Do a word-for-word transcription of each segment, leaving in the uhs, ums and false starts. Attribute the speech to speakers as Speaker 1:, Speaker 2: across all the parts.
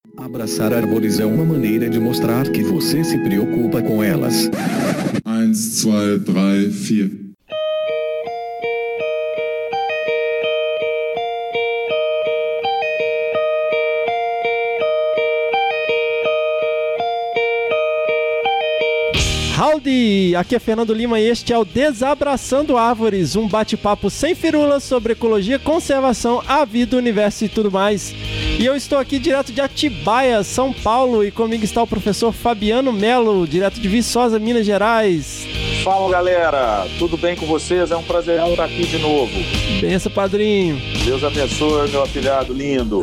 Speaker 1: Abraçar árvores é uma maneira de mostrar que você se preocupa com elas.
Speaker 2: Um, dois, três, quatro.
Speaker 3: Howdy! Aqui é Fernando Lima e este é o Desabraçando Árvores, um bate-papo sem firulas sobre ecologia, conservação, a vida, o universo e tudo mais. E eu estou aqui direto de Atibaia, São Paulo, e comigo está o professor Fabiano Melo, direto de Viçosa, Minas Gerais.
Speaker 4: Fala, galera! Tudo bem com vocês? É um prazer estar aqui de novo.
Speaker 3: Benção, padrinho!
Speaker 4: Deus abençoe, meu afilhado lindo!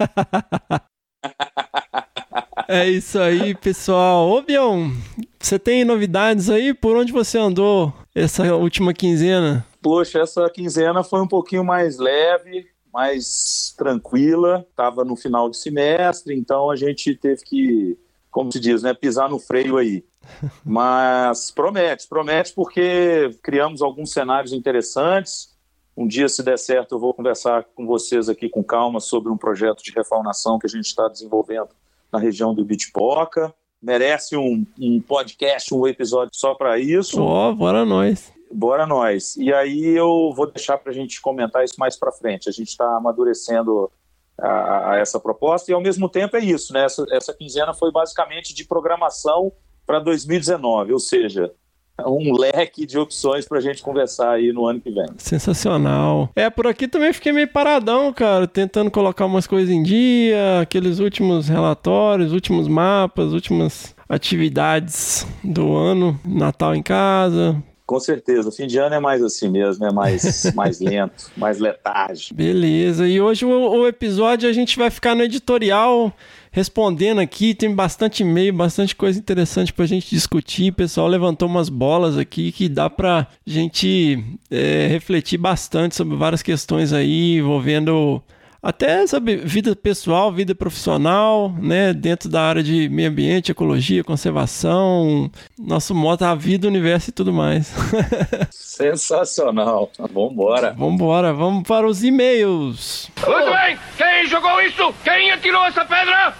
Speaker 3: É isso aí, pessoal. Ô, Bião, você tem novidades aí? Por onde você andou essa última quinzena?
Speaker 4: Poxa, essa quinzena foi um pouquinho mais leve, mais tranquila. Estava no final de semestre, então a gente teve que, como se diz, né, pisar no freio aí. Mas promete, promete porque criamos alguns cenários interessantes. Um dia, se der certo, eu vou conversar com vocês aqui com calma sobre um projeto de refaunação que a gente está desenvolvendo na região do Ibitipoca. Merece um, um podcast, um episódio só para isso.
Speaker 3: Ó, oh, bora nós.
Speaker 4: Bora nós. E aí eu vou deixar para a gente comentar isso mais para frente. A gente está amadurecendo a, a essa proposta e, ao mesmo tempo, é isso, né? Essa, essa quinzena foi basicamente de programação para dois mil e dezenove, ou seja, um leque de opções pra gente conversar aí no ano que vem.
Speaker 3: Sensacional. É, por aqui também fiquei meio paradão, cara, tentando colocar umas coisas em dia, aqueles últimos relatórios, últimos mapas, últimas atividades do ano, Natal em casa.
Speaker 4: Com certeza, fim de ano é mais assim mesmo, é mais, mais lento, mais letárgico.
Speaker 3: Beleza, e hoje o, o episódio a gente vai ficar no editorial respondendo aqui, tem bastante e-mail, bastante coisa interessante pra gente discutir. O pessoal levantou umas bolas aqui que dá pra gente é, refletir bastante sobre várias questões aí, envolvendo até, sabe, vida pessoal, vida profissional, né, dentro da área de meio ambiente, ecologia, conservação, nosso moto, a vida, o universo e tudo mais.
Speaker 4: Sensacional. Vambora.
Speaker 3: Vambora, vamos para os e-mails.
Speaker 5: Muito bem, quem jogou isso? Quem atirou essa pedra?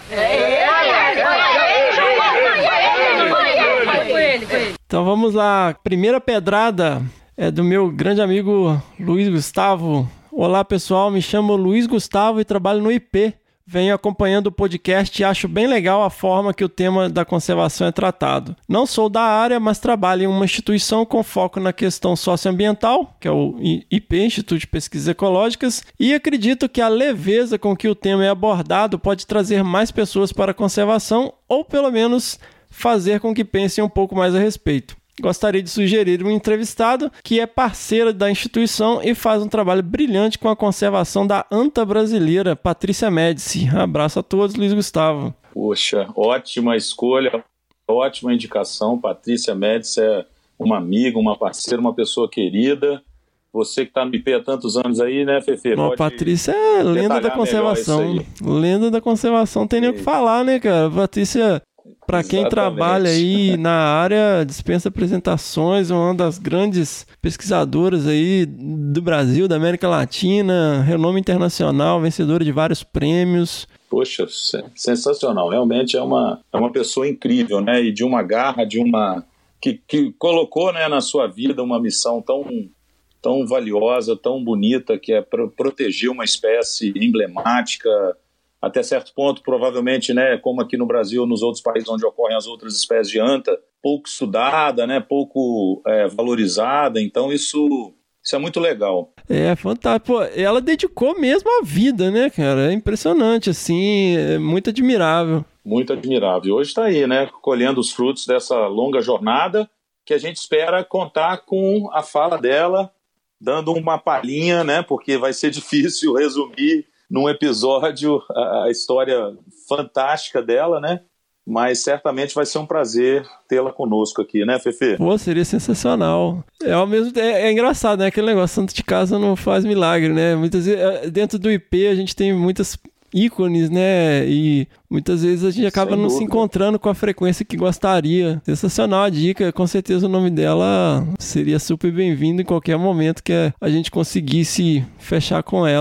Speaker 3: Então vamos lá, primeira pedrada é do meu grande amigo Luiz Gustavo. Olá pessoal, me chamo Luiz Gustavo e trabalho no I P. Venho acompanhando o podcast e acho bem legal a forma que o tema da conservação é tratado. Não sou da área, mas trabalho em uma instituição com foco na questão socioambiental, que é o I P, Instituto de Pesquisas Ecológicas, e acredito que a leveza com que o tema é abordado pode trazer mais pessoas para a conservação, ou pelo menos fazer com que pensem um pouco mais a respeito. Gostaria de sugerir um entrevistado que é parceira da instituição e faz um trabalho brilhante com a conservação da anta brasileira, Patrícia Médici. Abraço a todos, Luiz Gustavo.
Speaker 4: Poxa, ótima escolha, ótima indicação. Patrícia Médici é uma amiga, uma parceira, uma pessoa querida. Você que está no I P há tantos anos aí, né, Fefe?
Speaker 3: Não, Patrícia é lenda da conservação. Lenda da conservação, não tem nem o que falar, né, cara? Patrícia... Para quem trabalha aí na área, dispensa apresentações, uma das grandes pesquisadoras aí do Brasil, da América Latina, renome internacional, vencedora de vários prêmios.
Speaker 4: Poxa, sensacional, realmente é uma, é uma pessoa incrível, né? E de uma garra, de uma que, que colocou, né, na sua vida uma missão tão, tão valiosa, tão bonita, que é pro, proteger uma espécie emblemática. Até certo ponto, provavelmente, né, como aqui no Brasil, nos outros países onde ocorrem as outras espécies de anta, pouco estudada, né, pouco é, valorizada, então isso, isso é muito legal.
Speaker 3: É, fantástico. Pô, ela dedicou mesmo a vida, né, cara? É impressionante, assim, é muito admirável.
Speaker 4: Muito admirável. E hoje está aí, né, colhendo os frutos dessa longa jornada, que a gente espera contar com a fala dela, dando uma palhinha, né, porque vai ser difícil resumir num episódio a, a história fantástica dela, né? Mas certamente vai ser um prazer tê-la conosco aqui, né, Fefe?
Speaker 3: Pô, seria sensacional. É, ao mesmo, é, é engraçado, né? Aquele negócio, santo de casa não faz milagre, né? Muitas vezes, dentro do I P, a gente tem muitas ícones, né? E muitas vezes a gente acaba
Speaker 4: Sem
Speaker 3: não
Speaker 4: dúvida.
Speaker 3: se encontrando com a frequência que gostaria. Sensacional a dica. Com certeza o nome dela seria super bem-vindo em qualquer momento que a gente conseguisse fechar com ela.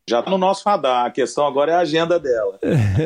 Speaker 4: Já está no nosso radar, a questão agora é a agenda dela.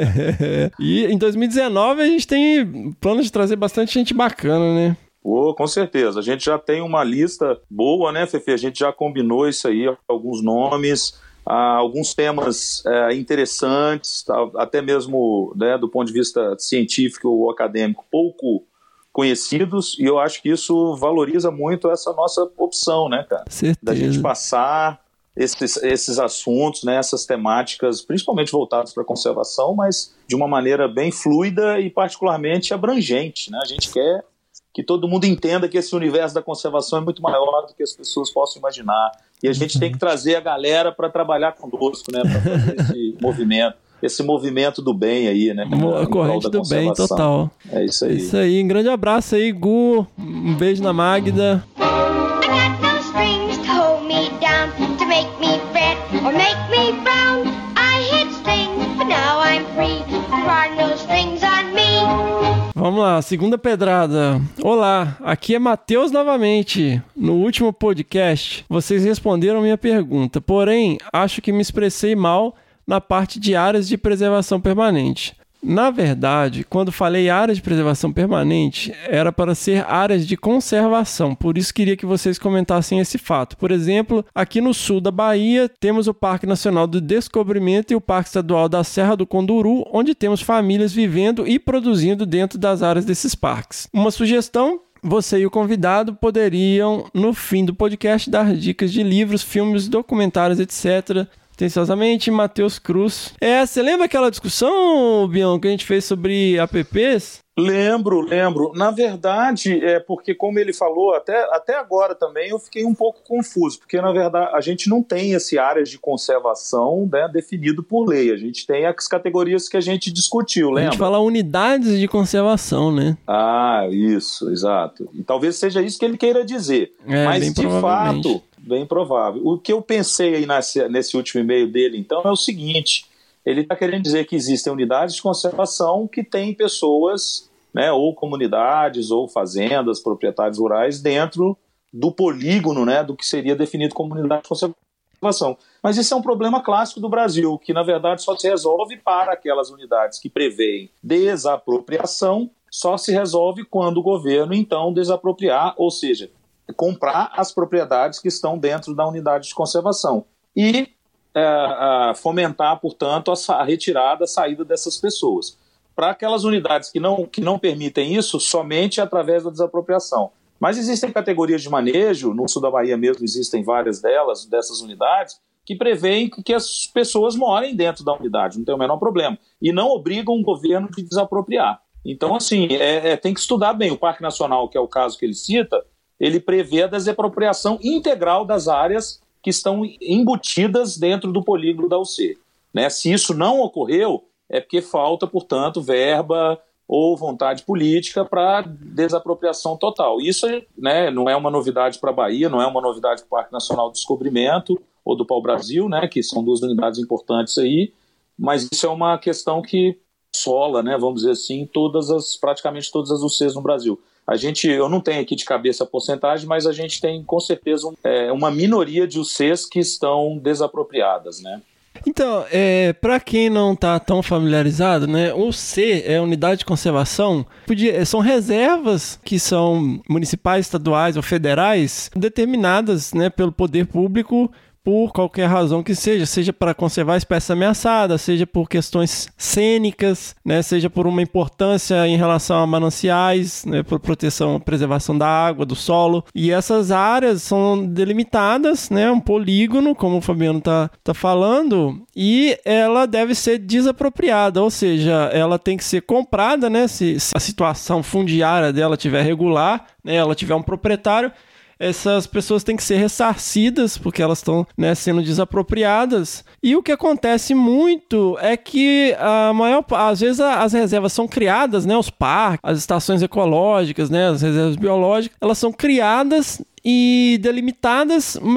Speaker 3: E em dois mil e dezenove a gente tem plano de trazer bastante gente bacana, né?
Speaker 4: Oh, com certeza, a gente já tem uma lista boa, né, Fefe? A gente já combinou isso aí, alguns nomes, ah, alguns temas é, interessantes, até mesmo, né, do ponto de vista científico ou acadêmico, pouco conhecidos, e eu acho que isso valoriza muito essa nossa opção, né, cara?
Speaker 3: Certeza.
Speaker 4: Da gente passar esses, esses assuntos, né, essas temáticas, principalmente voltadas para a conservação, mas de uma maneira bem fluida e particularmente abrangente, né? A gente quer que todo mundo entenda que esse universo da conservação é muito maior do que as pessoas possam imaginar, e a gente tem que trazer a galera para trabalhar conosco, né, para fazer esse movimento. Esse movimento do bem aí, né?
Speaker 3: A corrente do bem, total.
Speaker 4: É isso aí.
Speaker 3: Isso aí. Um grande abraço aí, Gu. Um beijo na Magda.
Speaker 6: I got no strings to hold me down, to make me fret or make me frown. I hit strings, but now I'm free. There are no strings on me.
Speaker 3: Vamos lá, segunda pedrada. Olá, aqui é Matheus novamente. No último podcast, vocês responderam minha pergunta, porém, acho que me expressei mal na parte de áreas de preservação permanente. Na verdade, quando falei áreas de preservação permanente, era para ser áreas de conservação, por isso queria que vocês comentassem esse fato. Por exemplo, aqui no sul da Bahia, temos o Parque Nacional do Descobrimento e o Parque Estadual da Serra do Conduru, onde temos famílias vivendo e produzindo dentro das áreas desses parques. Uma sugestão: você e o convidado poderiam, no fim do podcast, dar dicas de livros, filmes, documentários, etcétera. Atenciosamente, Matheus Cruz. É, você lembra aquela discussão, Bião, que a gente fez sobre apps?
Speaker 4: Lembro, lembro. Na verdade, é porque, como ele falou, até, até agora também eu fiquei um pouco confuso, porque, na verdade, a gente não tem esse áreas de conservação, né, definido por lei. A gente tem as categorias que a gente discutiu, lembra?
Speaker 3: A gente fala unidades de conservação, né?
Speaker 4: Ah, isso, exato. E talvez seja isso que ele queira dizer.
Speaker 3: É,
Speaker 4: mas,
Speaker 3: bem
Speaker 4: de fato, bem provável. O que eu pensei aí nesse, nesse último e-mail dele, então, é o seguinte: ele está querendo dizer que existem unidades de conservação que têm pessoas, né, ou comunidades, ou fazendas, proprietários rurais dentro do polígono, né, do que seria definido como unidade de conservação. Mas isso é um problema clássico do Brasil, que na verdade só se resolve para aquelas unidades que prevêem desapropriação, só se resolve quando o governo então desapropriar, ou seja, comprar as propriedades que estão dentro da unidade de conservação e é, é, fomentar, portanto, a, a retirada, a saída dessas pessoas. Para aquelas unidades que não, que não permitem isso, somente através da desapropriação. Mas existem categorias de manejo, no sul da Bahia mesmo existem várias delas, dessas unidades, que prevêem que as pessoas morem dentro da unidade, não tem o menor problema, e não obrigam o governo a desapropriar. Então, assim, é, é, tem que estudar bem. O Parque Nacional, que é o caso que ele cita, ele prevê a desapropriação integral das áreas que estão embutidas dentro do polígono da U C. Né? Se isso não ocorreu, é porque falta, portanto, verba ou vontade política para desapropriação total. Isso, né, não é uma novidade para a Bahia, não é uma novidade para o Parque Nacional do Descobrimento ou do Pau-Brasil, né, que são duas unidades importantes aí, mas isso é uma questão que assola, né, vamos dizer assim, todas as, praticamente todas as U Cs no Brasil. A gente, eu não tenho aqui de cabeça a porcentagem, mas a gente tem com certeza um, é, uma minoria de U Cs que estão desapropriadas, né?
Speaker 3: Então, é, para quem não está tão familiarizado, né, o C é unidade de conservação, podia, são reservas que são municipais, estaduais ou federais, determinadas, né, pelo poder público por qualquer razão que seja, seja para conservar espécies ameaçadas, seja por questões cênicas, né, seja por uma importância em relação a mananciais, né, por proteção, preservação da água, do solo. E essas áreas são delimitadas, né, um polígono, como o Fabiano está tá falando, e ela deve ser desapropriada, ou seja, ela tem que ser comprada, né, se, se a situação fundiária dela estiver regular, né, ela tiver um proprietário, essas pessoas têm que ser ressarcidas porque elas estão, né, sendo desapropriadas. E o que acontece muito é que a maior, às vezes as reservas são criadas, né, os parques, as estações ecológicas, né, as reservas biológicas, elas são criadas e delimitadas, mas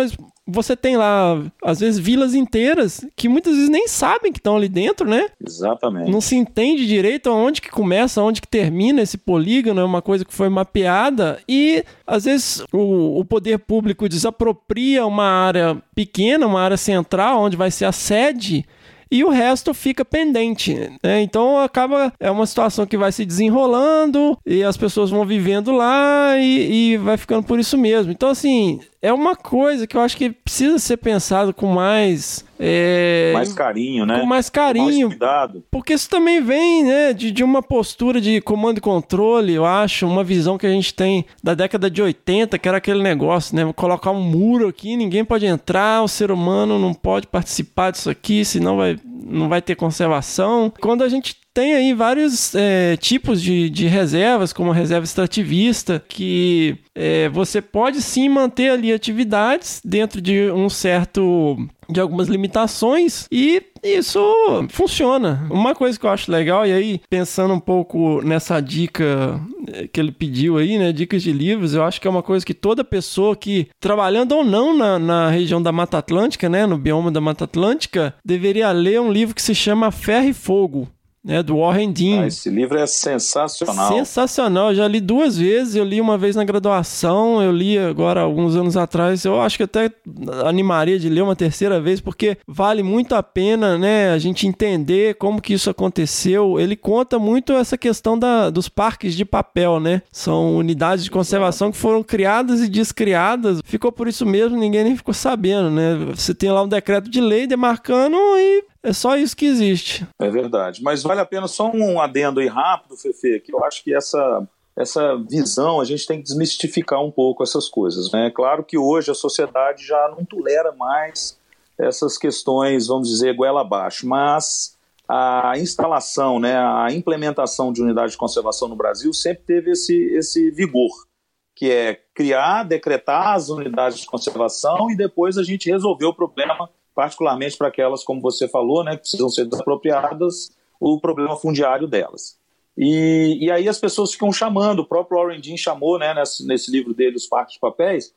Speaker 3: você tem lá, às vezes, vilas inteiras que muitas vezes nem sabem que estão ali dentro, né?
Speaker 4: Exatamente.
Speaker 3: Não se entende direito aonde que começa, aonde que termina esse polígono, é uma coisa que foi mapeada e, às vezes, o, o poder público desapropria uma área pequena, uma área central, onde vai ser a sede, e o resto fica pendente, né? Então acaba, é uma situação que vai se desenrolando e as pessoas vão vivendo lá e, e vai ficando por isso mesmo. Então, assim, é uma coisa que eu acho que precisa ser pensado com mais... É,
Speaker 4: mais carinho, né?
Speaker 3: Com mais carinho.
Speaker 4: Com mais cuidado.
Speaker 3: Porque isso também vem, né, de, de uma postura de comando e controle, eu acho, uma visão que a gente tem da década de oitenta, que era aquele negócio, né? Colocar um muro aqui, ninguém pode entrar, o ser humano não pode participar disso aqui, senão vai, não vai ter conservação. Quando a gente tem aí vários é, tipos de, de reservas, como a reserva extrativista, que é, você pode sim manter ali atividades dentro de um certo... de algumas limitações e isso funciona. Uma coisa que eu acho legal, e aí pensando um pouco nessa dica que ele pediu aí, né, dicas de livros, eu acho que é uma coisa que toda pessoa que, trabalhando ou não na, na região da Mata Atlântica, né, no bioma da Mata Atlântica, deveria ler um livro que se chama Ferro e Fogo, né, do Warren Dean.
Speaker 4: Ah, esse livro é sensacional.
Speaker 3: Sensacional, eu já li duas vezes, eu li uma vez na graduação, eu li agora alguns anos atrás, eu acho que até animaria de ler uma terceira vez, porque vale muito a pena, né, a gente entender como que isso aconteceu. Ele conta muito essa questão da, dos parques de papel, né, são unidades de conservação que foram criadas e descriadas, ficou por isso mesmo, ninguém nem ficou sabendo, né, você tem lá um decreto de lei demarcando e é só isso que existe.
Speaker 4: É verdade. Mas vale a pena só um adendo aí rápido, Fefe, que eu acho que essa, essa visão, a gente tem que desmistificar um pouco essas coisas, né? Claro que hoje a sociedade já não tolera mais essas questões, vamos dizer, goela abaixo, mas a instalação, né, a implementação de unidades de conservação no Brasil sempre teve esse, esse vigor, que é criar, decretar as unidades de conservação e depois a gente resolver o problema, particularmente para aquelas, como você falou, né, que precisam ser desapropriadas, o problema fundiário delas. E, e aí as pessoas ficam chamando, o próprio Warren Dean chamou, né, nesse, nesse livro dele, Os Parques de Papéis,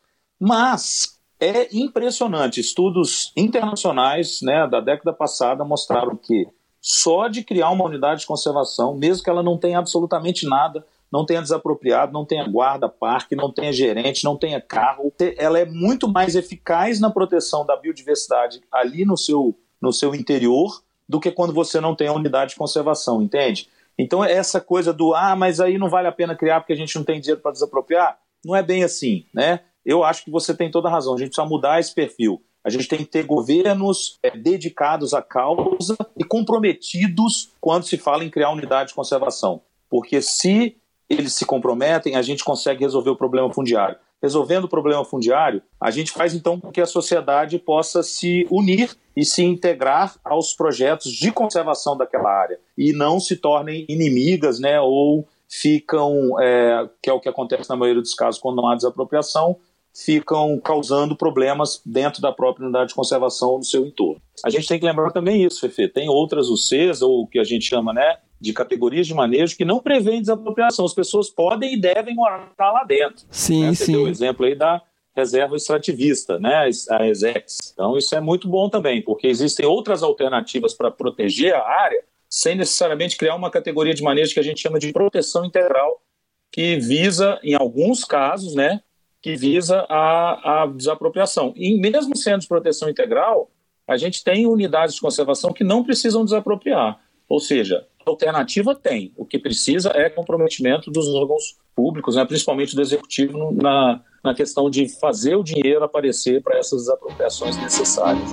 Speaker 4: mas é impressionante, estudos internacionais, né, da década passada mostraram que só de criar uma unidade de conservação, mesmo que ela não tenha absolutamente nada, não tenha desapropriado, não tenha guarda-parque, não tenha gerente, não tenha carro, ela é muito mais eficaz na proteção da biodiversidade ali no seu, no seu interior do que quando você não tem a unidade de conservação, entende? Então essa coisa do, ah, mas aí não vale a pena criar porque a gente não tem dinheiro para desapropriar, não é bem assim, né? Eu acho que você tem toda a razão, a gente precisa mudar esse perfil. A gente tem que ter governos é, dedicados à causa e comprometidos quando se fala em criar unidade de conservação. Porque se eles se comprometem, a gente consegue resolver o problema fundiário. Resolvendo o problema fundiário, a gente faz então com que a sociedade possa se unir e se integrar aos projetos de conservação daquela área e não se tornem inimigas, né, ou ficam, é, que é o que acontece na maioria dos casos quando não há desapropriação, ficam causando problemas dentro da própria unidade de conservação ou no seu entorno. A gente tem que lembrar também isso, Fefe, tem outras U Cs, ou o que a gente chama, né, de categorias de manejo que não prevêem desapropriação. As pessoas podem e devem morar lá dentro.
Speaker 3: Sim,
Speaker 4: né?
Speaker 3: sim.
Speaker 4: Você deu o exemplo aí da reserva extrativista, né? A ESEX. Então isso é muito bom também, porque existem outras alternativas para proteger a área sem necessariamente criar uma categoria de manejo que a gente chama de proteção integral, que visa, em alguns casos, né, que visa a, a desapropriação. E mesmo sendo de proteção integral, a gente tem unidades de conservação que não precisam desapropriar. Ou seja, alternativa tem. O que precisa é comprometimento dos órgãos públicos, né, principalmente do executivo, no, na, na questão de fazer o dinheiro aparecer para essas desapropriações necessárias.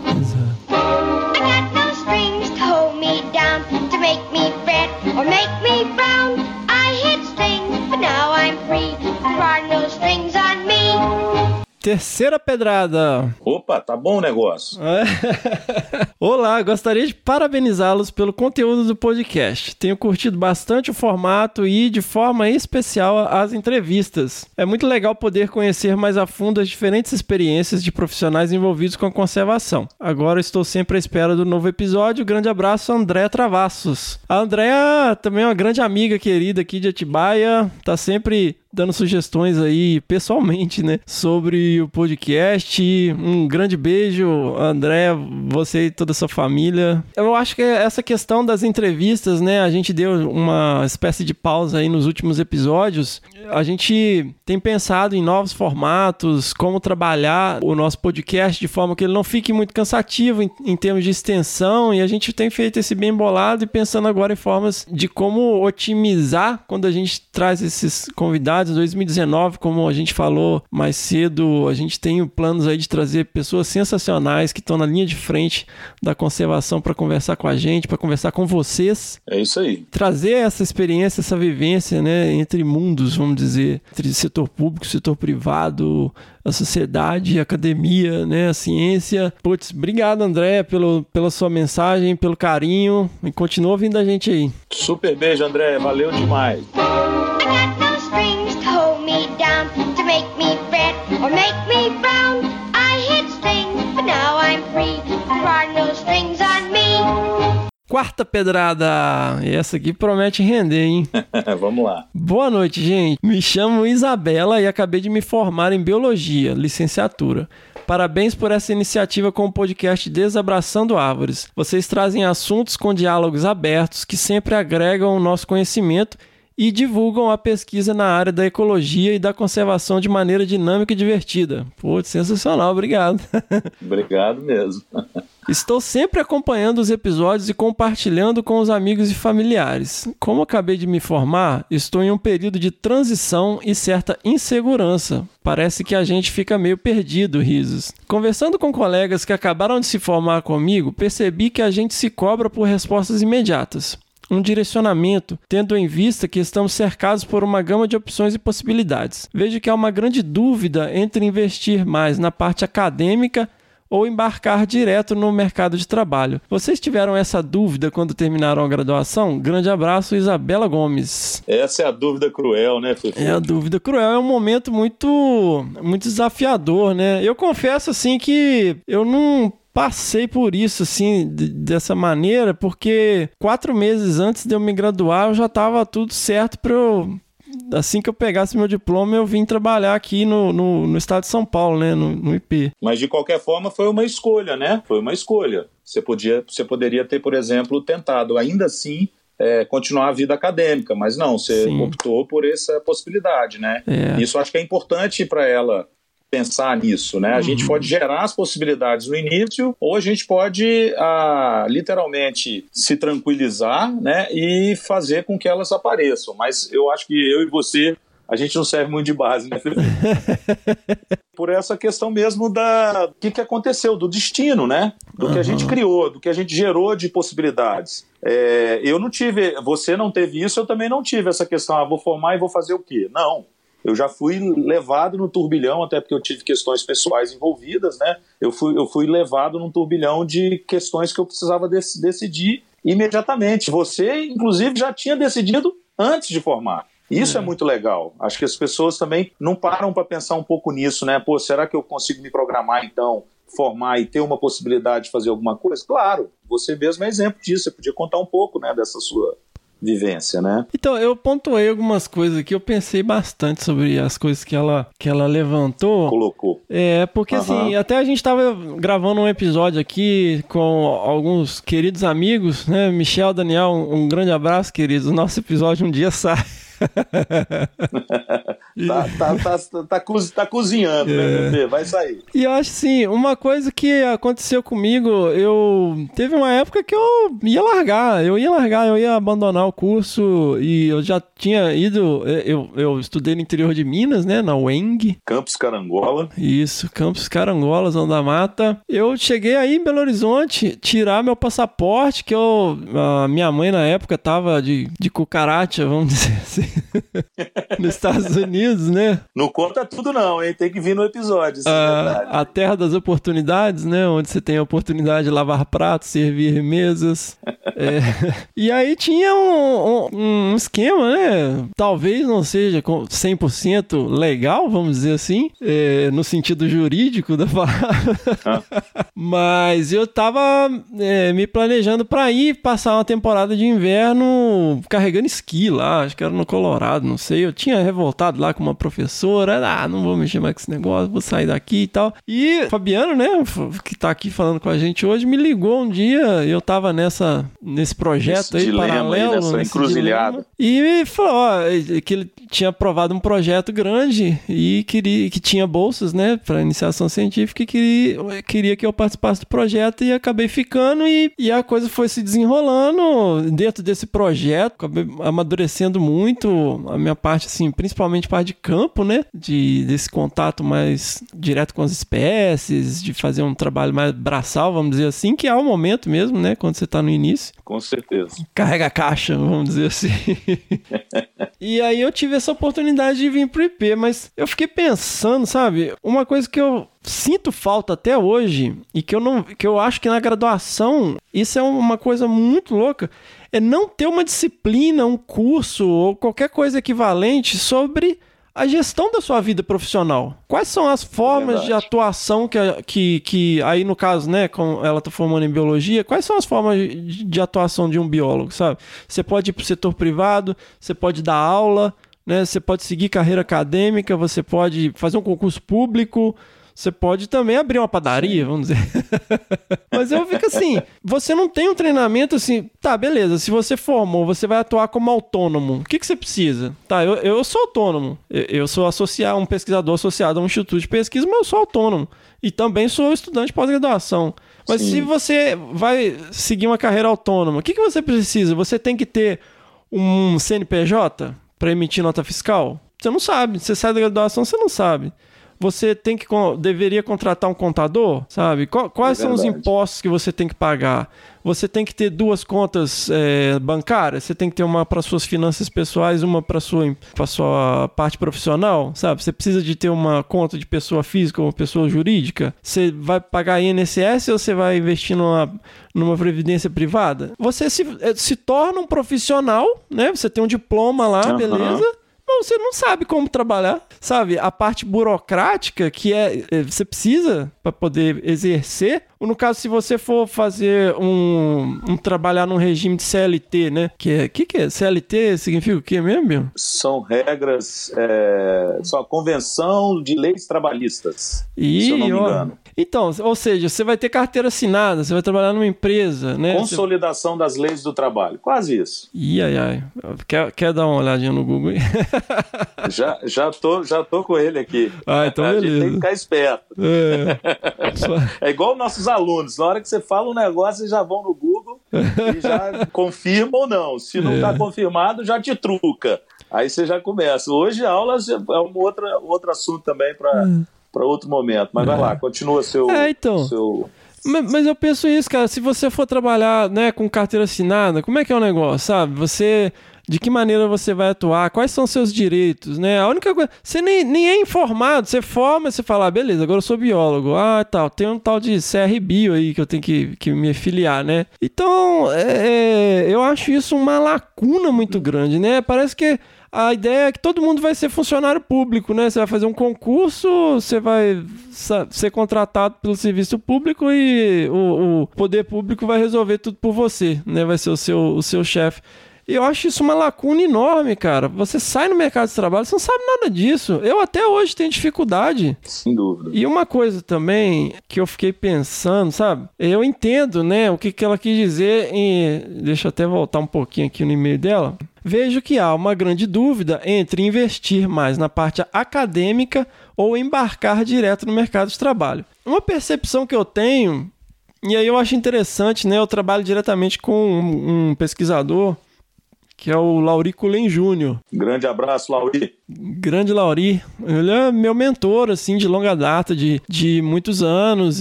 Speaker 6: I got no strings to hold me down, to make me fret or make me frown. I hit strings, but now I'm free. There are no strings on me.
Speaker 3: Terceira pedrada.
Speaker 4: Opa, tá bom o negócio.
Speaker 3: Olá, gostaria de parabenizá-los pelo conteúdo do podcast. Tenho curtido bastante o formato e, de forma especial, as entrevistas. É muito legal poder conhecer mais a fundo as diferentes experiências de profissionais envolvidos com a conservação. Agora estou sempre à espera do novo episódio. Grande abraço, Andréa Travassos. A Andréa também é uma grande amiga querida aqui de Atibaia, tá sempre dando sugestões aí pessoalmente, né, sobre o podcast. Um grande beijo, André, você e toda a sua família. Eu acho que essa questão das entrevistas, né, a gente deu uma espécie de pausa aí nos últimos episódios. A gente tem pensado em novos formatos, como trabalhar o nosso podcast de forma que ele não fique muito cansativo em, em termos de extensão, e a gente tem feito esse bem bolado e pensando agora em formas de como otimizar quando a gente traz esses convidados. Em dois mil e dezenove, como a gente falou mais cedo, a gente tem planos aí de trazer pessoas sensacionais que estão na linha de frente da conservação para conversar com a gente, para conversar com vocês.
Speaker 4: É isso aí.
Speaker 3: Trazer essa experiência, essa vivência, né, entre mundos, vamos dizer, entre setor público, setor privado, a sociedade, a academia, né, a ciência. Putz, obrigado, André, pelo, pela sua mensagem, pelo carinho, e continua ouvindo a gente aí.
Speaker 4: Super beijo, André, valeu demais.
Speaker 6: I got no strings to hold me down, to make me fret or make me frown. I hit strings, but now I'm free. There are no strings on me.
Speaker 3: Quarta pedrada, e essa aqui promete render, hein?
Speaker 4: Vamos lá.
Speaker 3: Boa noite, gente. Me chamo Isabela e acabei de me formar em Biologia, licenciatura. Parabéns por essa iniciativa com o podcast Desabraçando Árvores. Vocês trazem assuntos com diálogos abertos que sempre agregam o nosso conhecimento e divulgam a pesquisa na área da ecologia e da conservação de maneira dinâmica e divertida. Pô, sensacional, obrigado.
Speaker 4: Obrigado mesmo.
Speaker 3: Estou sempre acompanhando os episódios e compartilhando com os amigos e familiares. Como acabei de me formar, estou em um período de transição e certa insegurança. Parece que a gente fica meio perdido, risos. Conversando com colegas que acabaram de se formar comigo, percebi que a gente se cobra por respostas imediatas. Um direcionamento, tendo em vista que estamos cercados por uma gama de opções e possibilidades. Vejo que há uma grande dúvida entre investir mais na parte acadêmica ou embarcar direto no mercado de trabalho. Vocês tiveram essa dúvida quando terminaram a graduação? Grande abraço, Isabela Gomes.
Speaker 4: Essa é a dúvida cruel, né, Fefe?
Speaker 3: É a dúvida cruel, é um momento muito, muito desafiador, né? Eu confesso, assim, que eu não passei por isso, assim, d- dessa maneira, porque quatro meses antes de eu me graduar, eu já estava tudo certo para eu... Assim que eu pegasse meu diploma, eu vim trabalhar aqui no, no, no estado de São Paulo, né, no, no I P.
Speaker 4: Mas, de qualquer forma, foi uma escolha, né? Foi uma escolha. Você, podia, você poderia ter, por exemplo, tentado, ainda assim, é, continuar a vida acadêmica, mas não, você
Speaker 3: Sim.
Speaker 4: optou por essa possibilidade, né?
Speaker 3: É.
Speaker 4: Isso acho que é importante para ela pensar nisso, né? A
Speaker 3: Uhum.
Speaker 4: gente pode gerar as possibilidades no início, ou a gente pode ah, literalmente se tranquilizar, né, e fazer com que elas apareçam. Mas eu acho que eu e você, a gente não serve muito de base, né, Felipe? Por essa questão mesmo da o que, que aconteceu, do destino, né? Do que a gente criou, do que a gente gerou de possibilidades. É, eu não tive, você não teve isso, eu também não tive essa questão, ah, vou formar e vou fazer o quê? Não. Eu já fui levado no turbilhão, até porque eu tive questões pessoais envolvidas, né? Eu fui, eu fui levado num turbilhão de questões que eu precisava dec- decidir imediatamente. Você, inclusive, já tinha decidido antes de formar. Isso é. é muito legal. Acho que as pessoas também não param para pensar um pouco nisso, né? Pô, será que eu consigo me programar, então, formar e ter uma possibilidade de fazer alguma coisa? Claro, você mesmo é exemplo disso. Você podia contar um pouco, né, dessa sua vivência, né?
Speaker 3: Então, eu pontuei algumas coisas aqui, eu pensei bastante sobre as coisas que ela, que ela levantou.
Speaker 4: Colocou.
Speaker 3: É, porque uhum. assim, até a gente estava gravando um episódio aqui com alguns queridos amigos, né? Michel, Daniel, um, um grande abraço, queridos. O nosso episódio um dia sai.
Speaker 4: tá, tá, tá, tá, co- tá cozinhando, é. né, bebê? Vai sair.
Speaker 3: E eu acho assim, uma coisa que aconteceu comigo, eu teve uma época que eu ia largar, eu ia largar, eu ia abandonar o curso e eu já tinha ido, eu, eu estudei no interior de Minas, né, na U E N G.
Speaker 4: Campos Carangola.
Speaker 3: Isso, Campos Carangola, Zona da Mata. Eu cheguei aí em Belo Horizonte, tirar meu passaporte, que eu, a minha mãe na época tava de, de cucaracha, vamos dizer assim. Nos Estados Unidos, né?
Speaker 4: Não conta tudo não, hein? Tem que vir no episódio. Isso
Speaker 3: ah,
Speaker 4: é
Speaker 3: a terra das oportunidades, né? Onde você tem a oportunidade de lavar pratos, servir mesas. é. E aí tinha um, um, um esquema, né? Talvez não seja cem por cento legal, vamos dizer assim, é, no sentido jurídico da palavra. Ah. Mas eu tava é, me planejando para ir passar uma temporada de inverno carregando esqui lá, acho que era no Colorado, revoltado, não sei, eu tinha revoltado lá com uma professora, ah, não vou mexer mais com esse negócio, vou sair daqui e tal. E o Fabiano, né, que tá aqui falando com a gente hoje, me ligou um dia, eu tava nessa, nesse projeto
Speaker 4: Esse
Speaker 3: aí, paralelo,
Speaker 4: aí, nessa encruzilhada.
Speaker 3: Dilema, e me falou, ó, que ele tinha aprovado um projeto grande e queria, que tinha bolsas, né, para iniciação científica, e queria, queria que eu participasse do projeto, e acabei ficando, e, e a coisa foi se desenrolando dentro desse projeto, acabei amadurecendo muito a minha parte, assim, principalmente parte de campo, né, de, desse contato mais direto com as espécies, de fazer um trabalho mais braçal, vamos dizer assim, que é o momento mesmo, né, quando você tá no início.
Speaker 4: Com certeza.
Speaker 3: Carrega a caixa, vamos dizer assim. E aí eu tive essa oportunidade de vir pro I P, mas eu fiquei pensando, sabe, uma coisa que eu sinto falta até hoje, e que eu, não, que eu acho que na graduação, isso é uma coisa muito louca, é não ter uma disciplina, um curso ou qualquer coisa equivalente sobre a gestão da sua vida profissional. Quais são as formas é de atuação que, que, que, aí no caso, né, com ela está formando em biologia, quais são as formas de, de atuação de um biólogo, sabe? Você pode ir para o setor privado, você pode dar aula, né, você pode seguir carreira acadêmica, você pode fazer um concurso público, você pode também abrir uma padaria, vamos dizer. Mas eu fico assim, você não tem um treinamento assim, tá, beleza, se você formou, você vai atuar como autônomo, o que, que você precisa? Tá, eu, eu sou autônomo, eu, eu sou associado, um pesquisador associado a um instituto de pesquisa, mas eu sou autônomo. E também sou estudante de pós-graduação. Mas Sim. se você vai seguir uma carreira autônoma, o que, que você precisa? Você tem que ter um C N P J para emitir nota fiscal? Você não sabe, você sai da graduação, você não sabe. Você tem que, deveria contratar um contador, sabe? Quais é são os impostos que você tem que pagar? Você tem que ter duas contas é, bancárias? Você tem que ter uma para suas finanças pessoais, uma para sua, para sua parte profissional, sabe? Você precisa de ter uma conta de pessoa física ou pessoa jurídica? Você vai pagar I N S S ou você vai investir numa, numa previdência privada? Você se, se torna um profissional, né? Você tem um diploma lá, uhum. beleza? Mas você não sabe como trabalhar, sabe? A parte burocrática que é, você precisa para poder exercer. Ou no caso, se você for fazer um, um trabalhar num regime de C L T, né? Que é, que que é? C L T significa o quê mesmo, meu?
Speaker 4: São regras, é, são a Convenção de Leis Trabalhistas, e, se eu não me engano.
Speaker 3: Ó, então, ou seja, você vai ter carteira assinada, você vai trabalhar numa empresa, né?
Speaker 4: Consolidação você... das leis do trabalho, quase isso.
Speaker 3: Ih, ai, ai. Quer, quer dar uma olhadinha no Google aí?
Speaker 4: já, já, tô, já tô com ele aqui.
Speaker 3: Ah, então
Speaker 4: a
Speaker 3: beleza.
Speaker 4: gente tem que ficar esperto. É, é igual nossos alunos, na hora que você fala um negócio, eles já vão no Google e já confirma ou não. Se não está é. confirmado, já te truca. Aí você já começa. Hoje a aula é um outro, outro assunto também para hum. outro momento. Mas é. vai lá, continua seu...
Speaker 3: É, então...
Speaker 4: seu...
Speaker 3: Mas, mas eu penso isso, cara, se você for trabalhar, né, com carteira assinada, como é que é o negócio, sabe? Você... De que maneira você vai atuar? Quais são seus direitos, né? A única coisa... Você nem, nem é informado. Você forma, você fala, ah, beleza, agora eu sou biólogo. Ah, tal. Tem um tal de C R Bio aí que eu tenho que, que me afiliar, né? Então, é, eu acho isso uma lacuna muito grande, né? Parece que a ideia é que todo mundo vai ser funcionário público, né? Você vai fazer um concurso, você vai ser contratado pelo serviço público e o, o poder público vai resolver tudo por você, né? Vai ser o seu, o seu chefe. E eu acho isso uma lacuna enorme, cara. Você sai no mercado de trabalho, você não sabe nada disso. Eu até hoje tenho dificuldade.
Speaker 4: Sem dúvida.
Speaker 3: E uma coisa também que eu fiquei pensando, sabe? Eu entendo, né, o que, que ela quis dizer em... Deixa eu até voltar um pouquinho aqui no e-mail dela. Vejo que há uma grande dúvida entre investir mais na parte acadêmica ou embarcar direto no mercado de trabalho. Uma percepção que eu tenho, e aí eu acho interessante, né? Eu trabalho diretamente com um, um pesquisador que é o Lauri Cullen Júnior
Speaker 4: Grande abraço, Lauri.
Speaker 3: Grande Lauri. Ele é meu mentor, assim, de longa data, de, de muitos anos,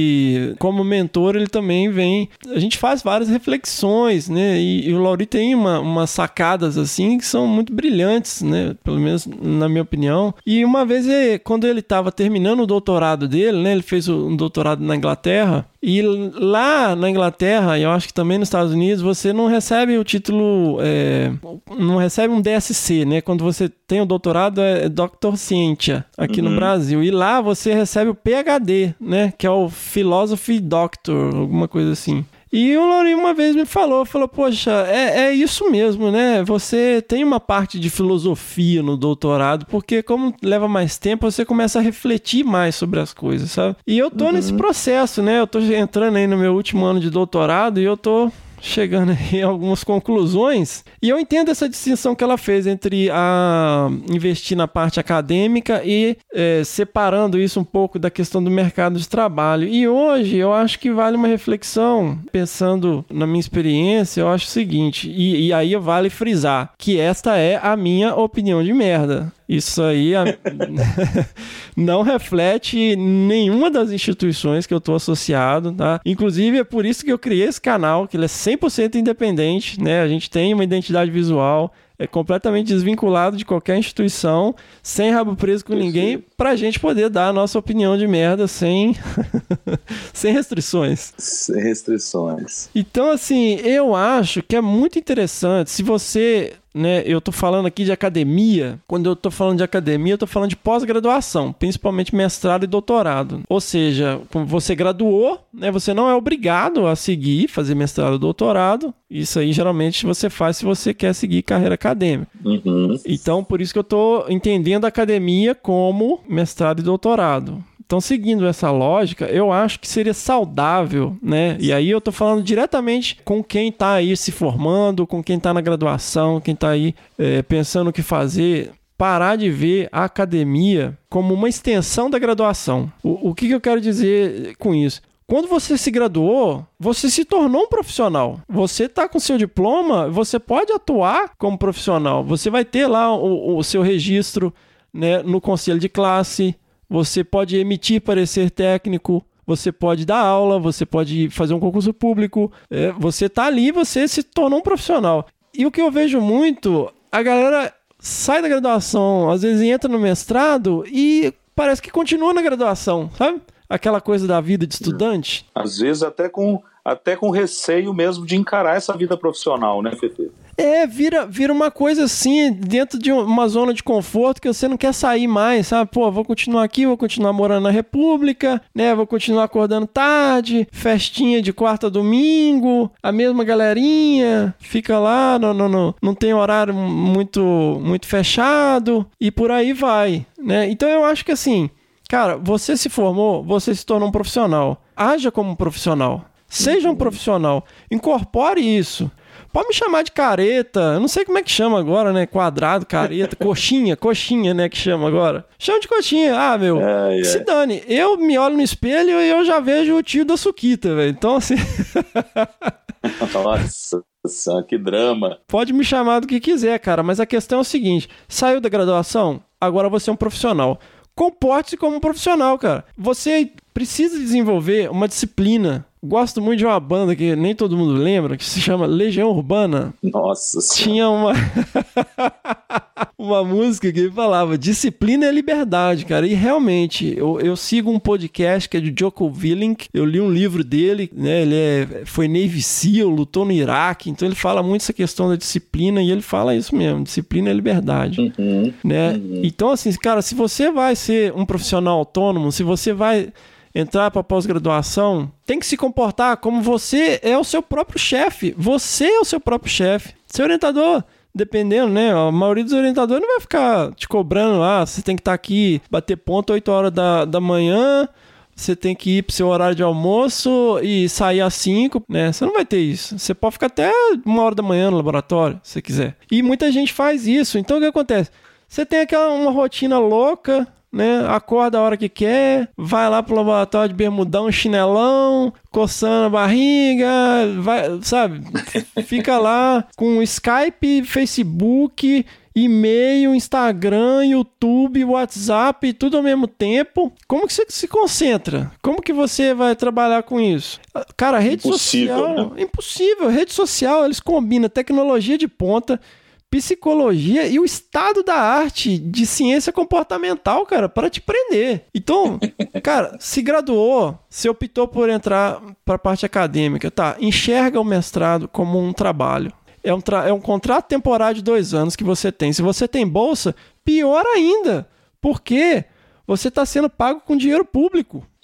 Speaker 3: e como mentor ele também vem... A gente faz várias reflexões, né? E, e o Lauri tem uma, umas sacadas, assim, que são muito brilhantes, né? Pelo menos na minha opinião. E uma vez, quando ele estava terminando o doutorado dele, né? Ele fez um doutorado na Inglaterra, e lá na Inglaterra, e eu acho que também nos Estados Unidos, você não recebe o título... É, não recebe um D S C, né? Quando você tem o doutorado, é Doctor Scientia, aqui uhum. no Brasil. E lá você recebe o P H D, né? Que é o Philosophy Doctor, alguma coisa assim. E o Laurinho uma vez me falou, falou, poxa, é, é isso mesmo, né? Você tem uma parte de filosofia no doutorado, porque como leva mais tempo, você começa a refletir mais sobre as coisas, sabe? E eu tô uhum. nesse processo, né? Eu tô entrando aí no meu último ano de doutorado e eu tô chegando aí a algumas conclusões, e eu entendo essa distinção que ela fez entre a investir na parte acadêmica e é, separando isso um pouco da questão do mercado de trabalho. E hoje eu acho que vale uma reflexão, pensando na minha experiência, eu acho o seguinte, e, e aí vale frisar que esta é a minha opinião de merda. Isso aí a... não reflete nenhuma das instituições que eu estou associado, tá? Inclusive é por isso que eu criei esse canal, que ele é cem por cento independente, né? A gente tem uma identidade visual, é completamente desvinculado de qualquer instituição, sem rabo preso com ninguém, pra gente poder dar a nossa opinião de merda sem, sem restrições.
Speaker 4: Sem restrições.
Speaker 3: Então, assim, eu acho que é muito interessante, se você... Né, eu tô falando aqui de academia. Quando eu tô falando de academia, eu tô falando de pós-graduação, principalmente mestrado e doutorado. Ou seja, como você graduou, né, você não é obrigado a seguir, fazer mestrado e doutorado. Isso aí geralmente você faz se você quer seguir carreira acadêmica.
Speaker 4: Uhum.
Speaker 3: Então, por isso que eu tô entendendo a academia como mestrado e doutorado. Então, seguindo essa lógica, eu acho que seria saudável, né? E aí eu tô falando diretamente com quem tá aí se formando, com quem tá na graduação, quem tá aí é, pensando o que fazer, parar de ver a academia como uma extensão da graduação. O, o que, que eu quero dizer com isso? Quando você se graduou, você se tornou um profissional. Você está com seu diploma, você pode atuar como profissional. Você vai ter lá o, o seu registro, né, no conselho de classe. Você pode emitir parecer técnico, você pode dar aula, você pode fazer um concurso público. É, você está ali, você se tornou um profissional. E o que eu vejo muito, a galera sai da graduação, às vezes entra no mestrado e parece que continua na graduação, sabe? Aquela coisa da vida de estudante.
Speaker 4: Às vezes até com, até com receio mesmo de encarar essa vida profissional, né, Fefe?
Speaker 3: É, vira, vira uma coisa assim, dentro de uma zona de conforto que você não quer sair mais, sabe? Pô, vou continuar aqui, vou continuar morando na República, né? Vou continuar acordando tarde, festinha de quarta a domingo, a mesma galerinha, fica lá, não, não, não, não tem horário muito, muito fechado e por aí vai, né? Então eu acho que assim, cara, você se formou, você se tornou um profissional. Haja como um profissional. Seja um profissional. Incorpore isso. Pode me chamar de careta, eu não sei como é que chama agora, né? Quadrado, careta, coxinha, coxinha, né? Que chama agora. Chama de coxinha. Ah, meu, é, é. se dane. Eu me olho no espelho e eu já vejo o tio da Suquita, velho. Então, assim...
Speaker 4: Nossa, que drama.
Speaker 3: Pode me chamar do que quiser, cara, mas a questão é o seguinte. Saiu da graduação, agora você é um profissional. Comporte-se como um profissional, cara. Você precisa desenvolver uma disciplina. Gosto muito de uma banda que nem todo mundo lembra, que se chama Legião Urbana.
Speaker 4: Nossa Senhora.
Speaker 3: Tinha uma... uma música que falava disciplina é liberdade, cara. E realmente, eu, eu sigo um podcast que é de Jocko Willink. Eu li um livro dele, né? Ele é, foi Navy SEAL, lutou no Iraque. Então ele fala muito essa questão da disciplina e ele fala isso mesmo. Disciplina é liberdade.
Speaker 4: Uhum,
Speaker 3: né?
Speaker 4: Uhum.
Speaker 3: Então assim, cara, se você vai ser um profissional autônomo, se você vai... entrar para pós-graduação, tem que se comportar como você é o seu próprio chefe. Você é o seu próprio chefe. Seu orientador, dependendo, né? A maioria dos orientadores não vai ficar te cobrando, ah, você tem que estar aqui, bater ponto oito horas da, da manhã, você tem que ir pro seu horário de almoço e sair às cinco, né? Você não vai ter isso. Você pode ficar até uma hora da manhã no laboratório, se você quiser. E muita gente faz isso. Então o que acontece? Você tem aquela uma rotina louca, né? Acorda a hora que quer, vai lá pro laboratório de bermudão, chinelão, coçando a barriga, vai, sabe? Fica lá com Skype, Facebook, e-mail, Instagram, YouTube, WhatsApp, tudo ao mesmo tempo. Como que você se concentra? Como que você vai trabalhar com isso? Cara, rede impossível, social... Né? Impossível. Rede social, eles combinam tecnologia de ponta, psicologia e o estado da arte de ciência comportamental, cara, para te prender. Então, cara, se graduou, se optou por entrar para a parte acadêmica, tá? Enxerga o mestrado como um trabalho. É um, tra- é um contrato temporário de dois anos que você tem. Se você tem bolsa, pior ainda, porque você está sendo pago com dinheiro público.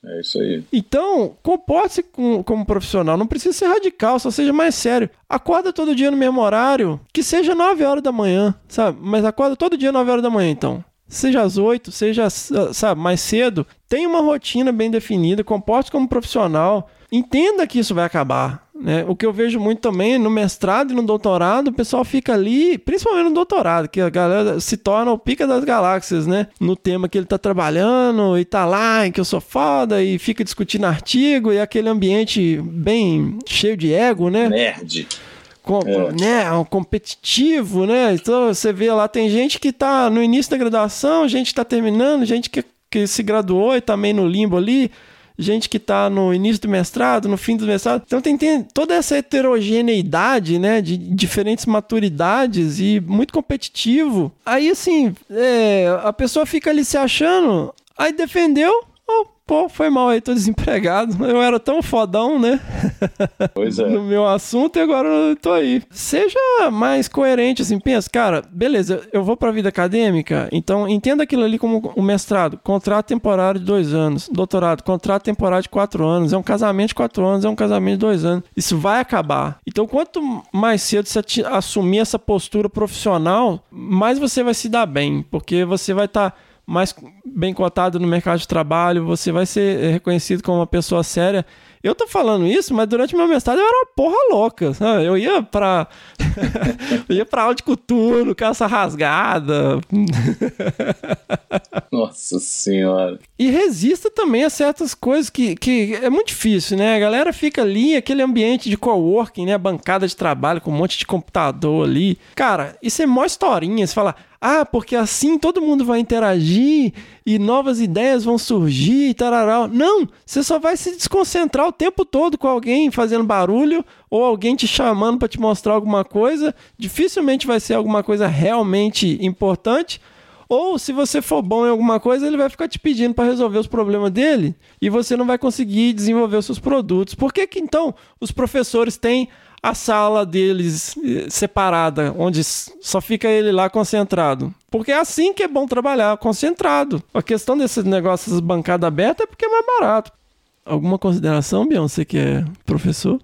Speaker 4: É isso aí.
Speaker 3: Então, comporte-se com, como profissional. Não precisa ser radical, só seja mais sério. Acorda todo dia no mesmo horário, que seja nove horas da manhã, sabe? Mas acorda todo dia nove horas da manhã, então. Seja às oito, seja, sabe, mais cedo. Tenha uma rotina bem definida, comporte como profissional. Entenda que isso vai acabar, né? O que eu vejo muito também no mestrado e no doutorado, o pessoal fica ali, principalmente no doutorado, que a galera se torna o pica das galáxias, né? No tema que ele tá trabalhando e tá lá, e que eu sou foda, e fica discutindo artigo, e aquele ambiente bem cheio de ego, né?
Speaker 4: Nerd.
Speaker 3: Com,
Speaker 4: é.
Speaker 3: né, um competitivo, né? Então você vê lá, tem gente que tá no início da graduação, gente que tá terminando, gente que, que se graduou e tá meio no limbo ali, gente que tá no início do mestrado, no fim do mestrado. Então tem, tem toda essa heterogeneidade, né, de diferentes maturidades e muito competitivo. Aí, assim, é, a pessoa fica ali se achando, aí defendeu, oh, pô, foi mal aí, tô desempregado. Eu era tão fodão, né?
Speaker 4: Pois é.
Speaker 3: No meu assunto e agora eu tô aí. Seja mais coerente, assim, pensa, cara, beleza, eu vou pra vida acadêmica, então entenda aquilo ali como um mestrado, contrato temporário de dois anos, doutorado, contrato temporário de quatro anos, é um casamento de quatro anos, é um casamento de dois anos. Isso vai acabar. Então, quanto mais cedo você assumir essa postura profissional, mais você vai se dar bem, porque você vai estar tá mais bem cotado no mercado de trabalho, você vai ser reconhecido como uma pessoa séria. Eu tô falando isso, mas durante meu mestrado eu era uma porra louca, sabe? Eu ia pra... eu ia pra aula de couture, calça rasgada.
Speaker 4: Nossa senhora.
Speaker 3: E resista também a certas coisas que, que é muito difícil, né? A galera fica ali, aquele ambiente de coworking, né? Bancada de trabalho com um monte de computador ali. Cara, isso é mó historinha. Você fala, ah, porque assim todo mundo vai interagir e novas ideias vão surgir e tararau. Não, você só vai se desconcentrar o tempo todo com alguém fazendo barulho ou alguém te chamando para te mostrar alguma coisa. Dificilmente vai ser alguma coisa realmente importante. Ou se você for bom em alguma coisa, ele vai ficar te pedindo para resolver os problemas dele e você não vai conseguir desenvolver os seus produtos. Por que que então os professores têm a sala deles separada, onde só fica ele lá concentrado? Porque é assim que é bom trabalhar, concentrado. A questão desses negócios bancada aberta é porque é mais barato. Alguma consideração, Bion, você que é professor?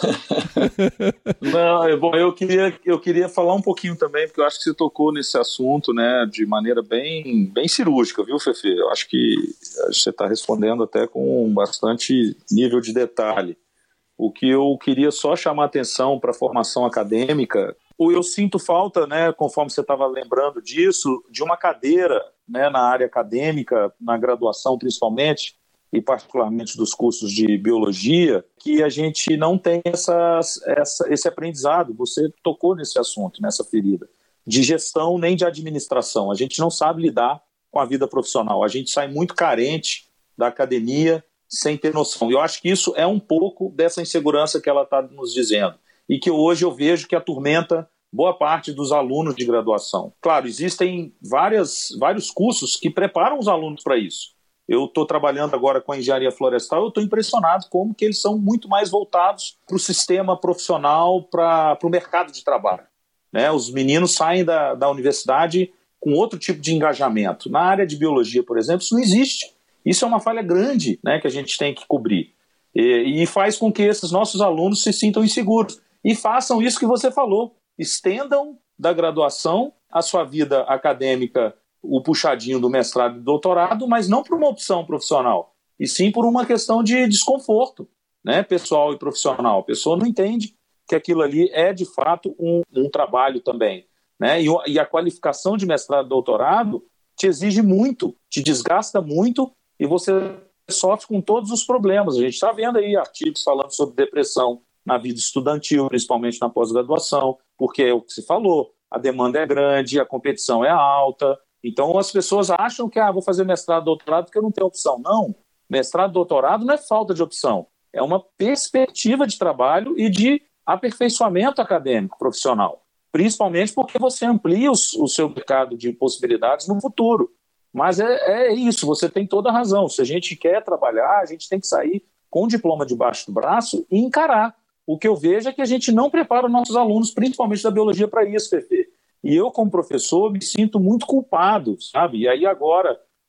Speaker 4: Não, eu, bom, eu, queria, eu queria falar um pouquinho também, porque eu acho que você tocou nesse assunto, né, de maneira bem, bem cirúrgica, viu, Fefe? Eu acho que você está respondendo até com bastante nível de detalhe. O que eu queria só chamar a atenção para a formação acadêmica, eu sinto falta, né, conforme você estava lembrando disso, de uma cadeira, né, na área acadêmica, na graduação principalmente, e particularmente dos cursos de biologia, que a gente não tem essa, essa, esse aprendizado. Você tocou nesse assunto, nessa ferida, de gestão nem de administração. A gente não sabe lidar com a vida profissional. A gente sai muito carente da academia sem ter noção. E eu acho que isso é um pouco dessa insegurança que ela está nos dizendo e que hoje eu vejo que atormenta boa parte dos alunos de graduação. Claro, existem várias, vários cursos que preparam os alunos para isso. Eu estou trabalhando agora com a engenharia florestal, eu estou impressionado como que eles são muito mais voltados para o sistema profissional, para o mercado de trabalho. Né? Os meninos saem da, da universidade com outro tipo de engajamento. Na área de biologia, por exemplo, isso não existe. Isso é uma falha grande, né, que a gente tem que cobrir. E, e faz com que esses nossos alunos se sintam inseguros. E façam isso que você falou. Estendam da graduação a sua vida acadêmica, o puxadinho do mestrado e doutorado, mas não por uma opção profissional, e sim por uma questão de desconforto, né, pessoal e profissional. A pessoa não entende que aquilo ali é, de fato, um, um trabalho também. Né? E, e a qualificação de mestrado e doutorado te exige muito, te desgasta muito, e você sofre com todos os problemas. A gente está vendo aí artigos falando sobre depressão na vida estudantil, principalmente na pós-graduação, porque é o que se falou, a demanda é grande, a competição é alta. Então as pessoas acham que ah, vou fazer mestrado, doutorado porque eu não tenho opção. Não, mestrado, doutorado não é falta de opção, é uma perspectiva de trabalho e de aperfeiçoamento acadêmico profissional, principalmente porque você amplia os, o seu mercado de possibilidades no futuro. Mas é, é isso, você tem toda a razão. Se a gente quer trabalhar, a gente tem que sair com o diploma debaixo do braço e encarar. O que eu vejo é que a gente não prepara os nossos alunos, principalmente da biologia, para isso, Pepe. E eu, como professor, me sinto muito culpado, sabe? E aí agora,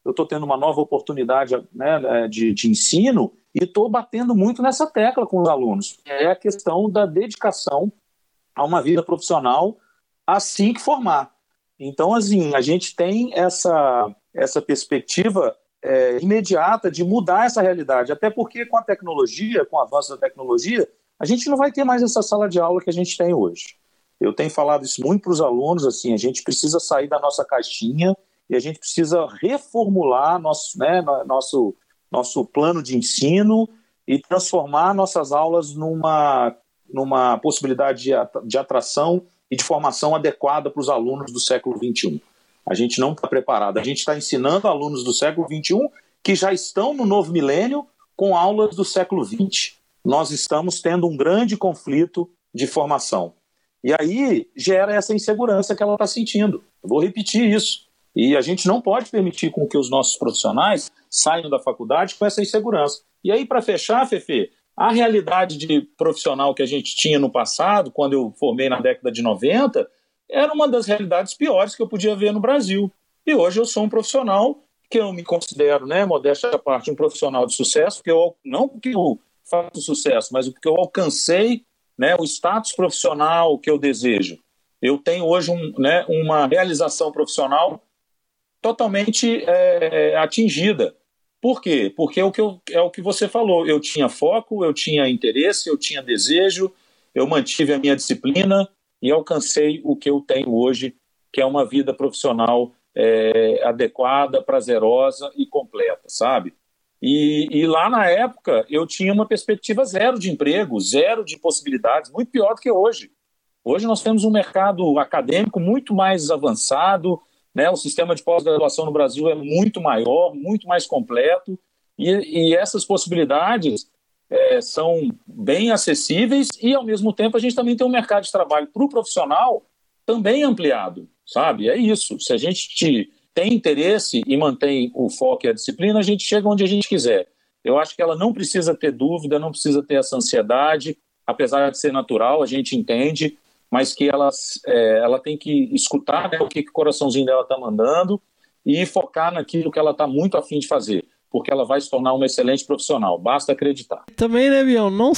Speaker 4: eu estou tendo uma nova oportunidade, né, de, de ensino e estou batendo muito nessa tecla com os alunos. É a questão da dedicação a uma vida profissional assim que formar. Então, assim, a gente tem essa, essa perspectiva é, imediata de mudar essa realidade, até porque com a tecnologia, com o avanço da tecnologia, a gente não vai ter mais essa sala de aula que a gente tem hoje. Eu tenho falado isso muito para os alunos, assim, a gente precisa sair da nossa caixinha e a gente precisa reformular nosso, né, nosso, nosso plano de ensino e transformar nossas aulas numa, numa possibilidade de, de atração e de formação adequada para os alunos do século vinte e um. A gente não está preparado. A gente está ensinando alunos do século vinte e um que já estão no novo milênio com aulas do século vinte. Nós estamos tendo um grande conflito de formação. E aí gera essa insegurança que ela está sentindo. Eu vou repetir isso. E a gente não pode permitir com que os nossos profissionais saiam da faculdade com essa insegurança. E aí, para fechar, Fefe, a realidade de profissional que a gente tinha no passado, quando eu formei na década de noventa, era uma das realidades piores que eu podia ver no Brasil. E hoje eu sou um profissional que eu me considero, né, modéstia à parte, um profissional de sucesso, porque eu, não porque eu faço sucesso, mas porque eu alcancei, né, o status profissional que eu desejo. Eu tenho hoje um, né, uma realização profissional totalmente é, atingida. Por quê? Porque é o, que eu, é o que você falou, eu tinha foco, eu tinha interesse, eu tinha desejo, eu mantive a minha disciplina e alcancei o que eu tenho hoje, que é uma vida profissional é, adequada, prazerosa e completa, sabe? E, e lá na época eu tinha uma perspectiva zero de emprego, zero de possibilidades, muito pior do que hoje. Hoje nós temos um mercado acadêmico muito mais avançado, né? O sistema de pós-graduação no Brasil é muito maior, muito mais completo, e, e essas possibilidades é, são bem acessíveis e, ao mesmo tempo, a gente também tem um mercado de trabalho para o profissional também ampliado, sabe? É isso. Se a gente te, tem interesse e mantém o foco e a disciplina, a gente chega onde a gente quiser. Eu acho que ela não precisa ter dúvida, não precisa ter essa ansiedade, apesar de ser natural, a gente entende, mas que ela, é, ela tem que escutar, né, o que, que o coraçãozinho dela está mandando e focar naquilo que ela está muito afim de fazer, porque ela vai se tornar uma excelente profissional, basta acreditar.
Speaker 3: Também, né, Bião, não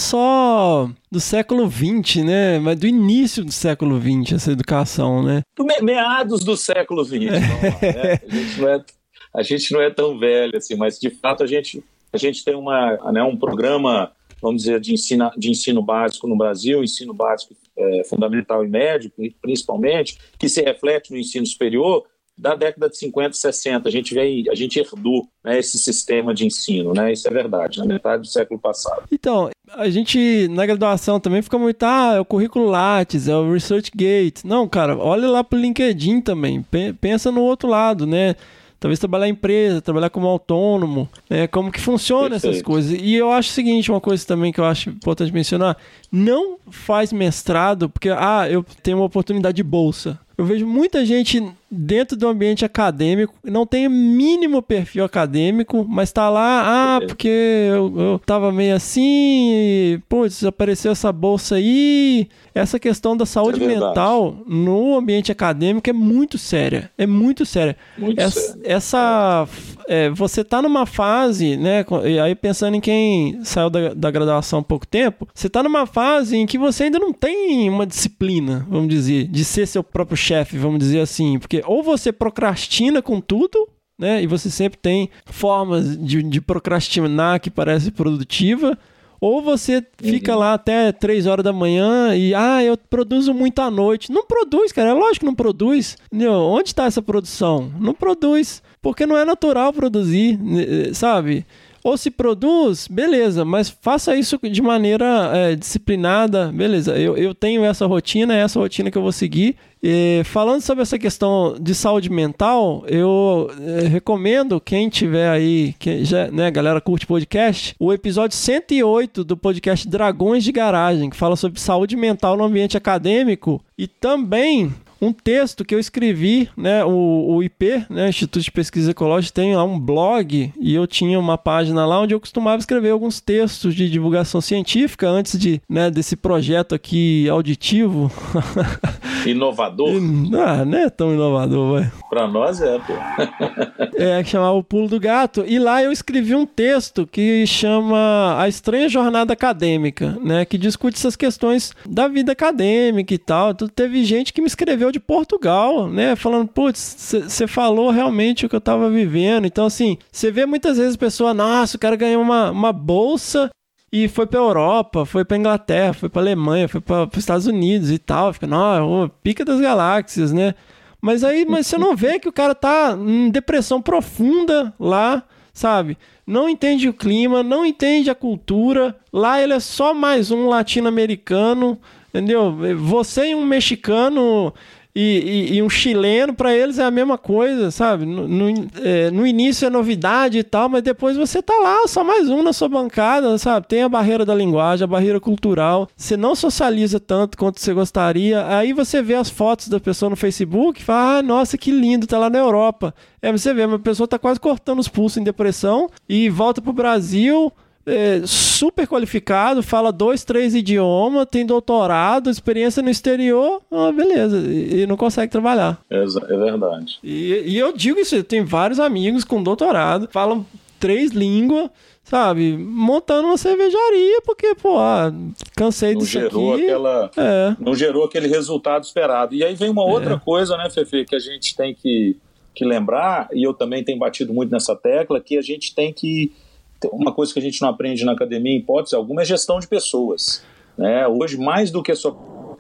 Speaker 3: só do século vinte, né, mas do início do século vinte, essa educação, né?
Speaker 4: Do me- meados do século vinte, é. Não, né? a, gente não é, a gente não é tão velho assim, mas de fato a gente, a gente tem uma, né, um programa, vamos dizer, de ensino, de ensino básico no Brasil, ensino básico é, fundamental e médio, principalmente, que se reflete no ensino superior, da década de cinquenta, sessenta, a gente vem, a gente herdou, né, esse sistema de ensino, né, isso é verdade, na metade do século passado.
Speaker 3: Então, a gente na graduação também fica muito, ah, é o currículo Lattes, é o ResearchGate. Não, cara, olha lá pro LinkedIn também, pensa no outro lado, né? Talvez trabalhar em empresa, trabalhar como autônomo, né? Como que funciona Perfeito. Essas coisas. E eu acho o seguinte, uma coisa também que eu acho importante mencionar, não faz mestrado porque, ah, eu tenho uma oportunidade de bolsa. Eu vejo muita gente dentro do ambiente acadêmico, não tem mínimo perfil acadêmico, mas tá lá, ah, porque eu, eu tava meio assim, putz, apareceu essa bolsa aí. Essa questão da saúde é mental no ambiente acadêmico é muito séria, é muito séria.
Speaker 4: Muito
Speaker 3: essa,
Speaker 4: sério.
Speaker 3: essa é, você tá numa fase, né, e aí pensando em quem saiu da, da graduação há pouco tempo, você tá numa fase em que você ainda não tem uma disciplina, vamos dizer, de ser seu próprio chefe, vamos dizer assim, porque ou você procrastina com tudo, né, e você sempre tem formas de, de procrastinar que parece produtiva, ou você fica uhum. lá até três horas da manhã e, ah, eu produzo muito à noite. Não produz, cara, é lógico que não produz. Entendeu? Onde está essa produção? Não produz, porque não é natural produzir, sabe? Ou se produz, beleza, mas faça isso de maneira é, disciplinada, beleza. Eu, eu tenho essa rotina, é essa rotina que eu vou seguir. E, falando sobre essa questão de saúde mental, eu é, recomendo quem tiver aí, que já, né, galera curte podcast, o episódio cento e oito do podcast Dragões de Garagem, que fala sobre saúde mental no ambiente acadêmico, e também um texto que eu escrevi, né, o, o I P, né, Instituto de Pesquisa Ecológica, tem lá um blog, e eu tinha uma página lá onde eu costumava escrever alguns textos de divulgação científica antes de, né, desse projeto aqui auditivo.
Speaker 4: Inovador?
Speaker 3: Ah, não é tão inovador, vai.
Speaker 4: Pra nós é, pô.
Speaker 3: É, que chamava O Pulo do Gato. E lá eu escrevi um texto que chama A Estranha Jornada Acadêmica, né? Que discute essas questões da vida acadêmica e tal. Então, teve gente que me escreveu de Portugal, né? Falando, putz, você falou realmente o que eu tava vivendo. Então, assim, você vê muitas vezes a pessoa, nossa, o cara ganhou uma, uma bolsa e foi pra Europa, foi pra Inglaterra, foi pra Alemanha, foi para os Estados Unidos e tal. Fica, não, pica das galáxias, né? Mas aí mas você não vê que o cara tá em depressão profunda lá, sabe? Não entende o clima, não entende a cultura. Lá ele é só mais um latino-americano, entendeu? Você e um mexicano e, e, e um chileno, para eles é a mesma coisa, sabe? No, no, é, no início é novidade e tal, mas depois você tá lá, só mais um na sua bancada, sabe? Tem a barreira da linguagem, a barreira cultural. Você não socializa tanto quanto você gostaria. Aí você vê as fotos da pessoa no Facebook e fala, ah, nossa, que lindo, tá lá na Europa. É, você vê, a pessoa tá quase cortando os pulsos em depressão e volta pro Brasil... É, super qualificado, fala dois, três idiomas, tem doutorado, experiência no exterior, ah, beleza, e, e não consegue trabalhar.
Speaker 4: É, é verdade.
Speaker 3: E, e eu digo isso, eu tenho vários amigos com doutorado, falam três línguas, sabe, montando uma cervejaria, porque, pô, ah, cansei
Speaker 4: não
Speaker 3: disso
Speaker 4: gerou
Speaker 3: aqui.
Speaker 4: Aquela,
Speaker 3: é.
Speaker 4: Não gerou aquele resultado esperado. E aí vem uma outra
Speaker 3: é.
Speaker 4: coisa, né, Fefe, que a gente tem que, que lembrar, e eu também tenho batido muito nessa tecla, que a gente tem que uma coisa que a gente não aprende na academia, em hipótese alguma, é gestão de pessoas. Né? Hoje, mais do que a sua,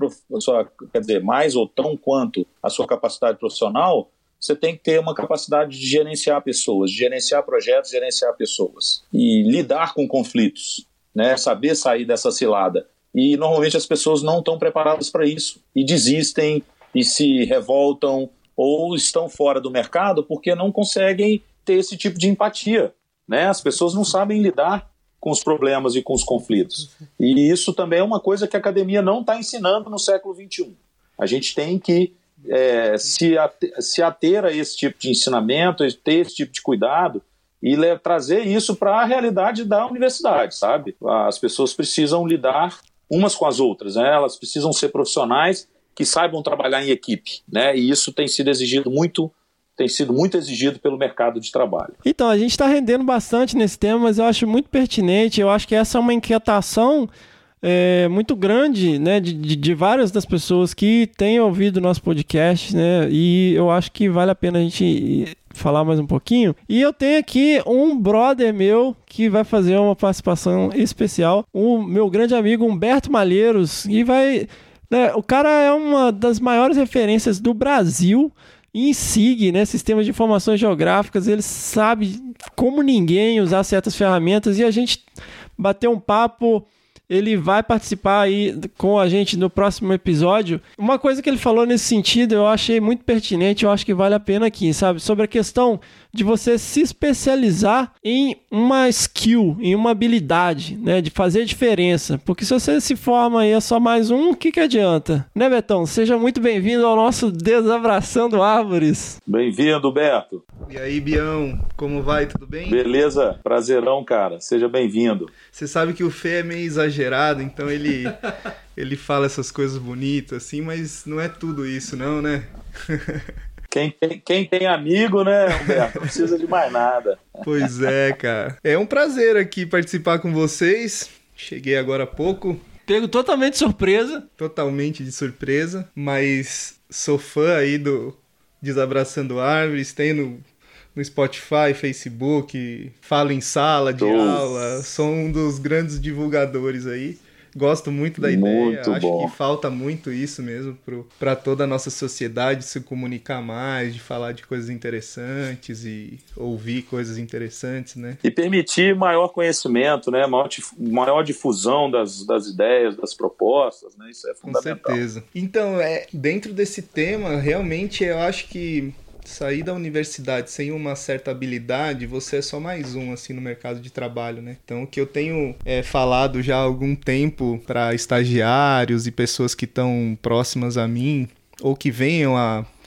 Speaker 4: a sua, quer dizer, mais ou tão quanto a sua capacidade profissional, você tem que ter uma capacidade de gerenciar pessoas, de gerenciar projetos, gerenciar pessoas. E lidar com conflitos, né? Saber sair dessa cilada. E, normalmente, as pessoas não estão preparadas para isso. E desistem, e se revoltam, ou estão fora do mercado porque não conseguem ter esse tipo de empatia. Né? As pessoas não sabem lidar com os problemas e com os conflitos. E isso também é uma coisa que a academia não está ensinando no século vinte e um. A gente tem que é, se, ater, se ater a esse tipo de ensinamento, ter esse tipo de cuidado e le, trazer isso para a realidade da universidade, sabe? As pessoas precisam lidar umas com as outras, né? Elas precisam ser profissionais que saibam trabalhar em equipe, né? E isso tem sido exigido muito tem sido muito exigido pelo mercado de trabalho.
Speaker 3: Então, a gente está rendendo bastante nesse tema, mas eu acho muito pertinente, eu acho que essa é uma inquietação é, muito grande, né, de, de, de várias das pessoas que têm ouvido o nosso podcast, né, e eu acho que vale a pena a gente falar mais um pouquinho. E eu tenho aqui um brother meu que vai fazer uma participação especial, o meu grande amigo Humberto Malheiros, e vai... Né, o cara é uma das maiores referências do Brasil em S I G, né, Sistema de Informações Geográficas. Ele sabe como ninguém usar certas ferramentas e a gente bateu um papo. Ele vai participar aí com a gente no próximo episódio. Uma coisa que ele falou nesse sentido eu achei muito pertinente, eu acho que vale a pena aqui, sabe? Sobre a questão de você se especializar em uma skill, em uma habilidade, né? De fazer diferença. Porque se você se forma e é só mais um, o que que adianta? Né, Betão? Seja muito bem-vindo ao nosso Desabraçando Árvores.
Speaker 4: Bem-vindo, Beto.
Speaker 7: E aí, Bião, como vai? Tudo bem?
Speaker 4: Beleza, prazerão, cara. Seja bem-vindo.
Speaker 7: Você sabe que o Fê é meio exagerado, então ele, ele fala essas coisas bonitas assim, mas não é tudo isso não, né?
Speaker 4: Quem tem, quem tem amigo, né, Humberto? Não precisa de mais nada.
Speaker 7: Pois é, cara. É um prazer aqui participar com vocês. Cheguei agora há pouco.
Speaker 3: Pego totalmente de surpresa.
Speaker 7: Totalmente de surpresa, mas sou fã aí do Desabraçando Árvores, tem no... no Spotify, Facebook, falo em sala de Doce. aula, sou um dos grandes divulgadores aí, gosto muito da ideia,
Speaker 4: muito
Speaker 7: acho
Speaker 4: bom.
Speaker 7: que falta muito isso mesmo para toda a nossa sociedade se comunicar mais, de falar de coisas interessantes e ouvir coisas interessantes, né?
Speaker 4: E permitir maior conhecimento, né? maior, maior difusão das, das ideias, das propostas, né? Isso é fundamental.
Speaker 7: Com certeza. Então, é, dentro desse tema, realmente eu acho que sair da universidade sem uma certa habilidade, você é só mais um, assim, no mercado de trabalho, né? Então, o que eu tenho é, falado já há algum tempo para estagiários e pessoas que estão próximas a mim, ou que venham a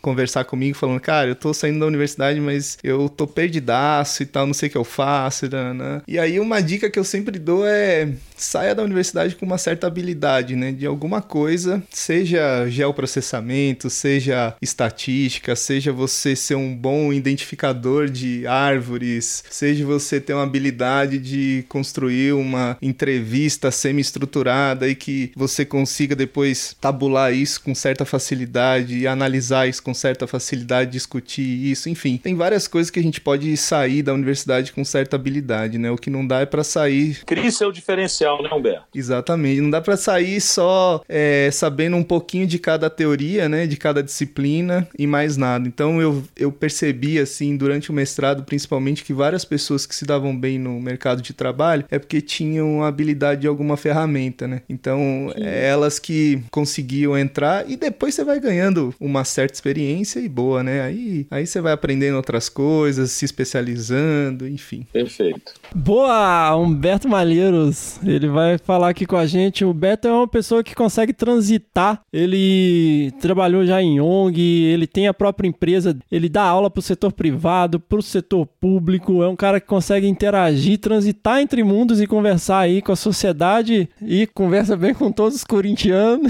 Speaker 7: conversar comigo falando, cara, eu tô saindo da universidade, mas eu tô perdidaço e tal, não sei o que eu faço, né? E aí uma dica que eu sempre dou é saia da universidade com uma certa habilidade, né? De alguma coisa, seja geoprocessamento, seja estatística, seja você ser um bom identificador de árvores, seja você ter uma habilidade de construir uma entrevista semi-estruturada e que você consiga depois tabular isso com certa facilidade e analisar isso com certa facilidade, discutir isso, enfim. Tem várias coisas que a gente pode sair da universidade com certa habilidade, né? O que não dá é pra sair...
Speaker 4: Crie seu diferencial, né, Humberto?
Speaker 7: Exatamente. Não dá pra sair só é, sabendo um pouquinho de cada teoria, né? De cada disciplina e mais nada. Então eu, eu percebi, assim, durante o mestrado, principalmente, que várias pessoas que se davam bem no mercado de trabalho é porque tinham habilidade de alguma ferramenta, né? Então, é elas que conseguiam entrar e depois você vai ganhando uma certa experiência e boa, né? Aí, aí você vai aprendendo outras coisas, se especializando, enfim.
Speaker 4: Perfeito.
Speaker 3: Boa, Humberto Malheiros, ele vai falar aqui com a gente. O Beto é uma pessoa que consegue transitar, ele trabalhou já em O N G, ele tem a própria empresa, ele dá aula pro setor privado, pro setor público, é um cara que consegue interagir, transitar entre mundos e conversar aí com a sociedade e conversa bem com todos os corintianos.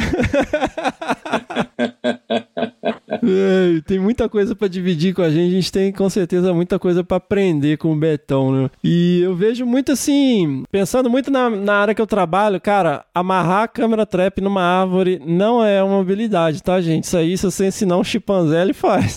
Speaker 3: É, tem muita coisa pra dividir com a gente, a gente tem com certeza muita coisa pra aprender com o Betão, né? E eu vejo muito assim, pensando muito na, na área que eu trabalho, cara, amarrar a câmera trap numa árvore não é uma habilidade, tá, gente? Isso aí, se você ensinar um chimpanzé, ele faz.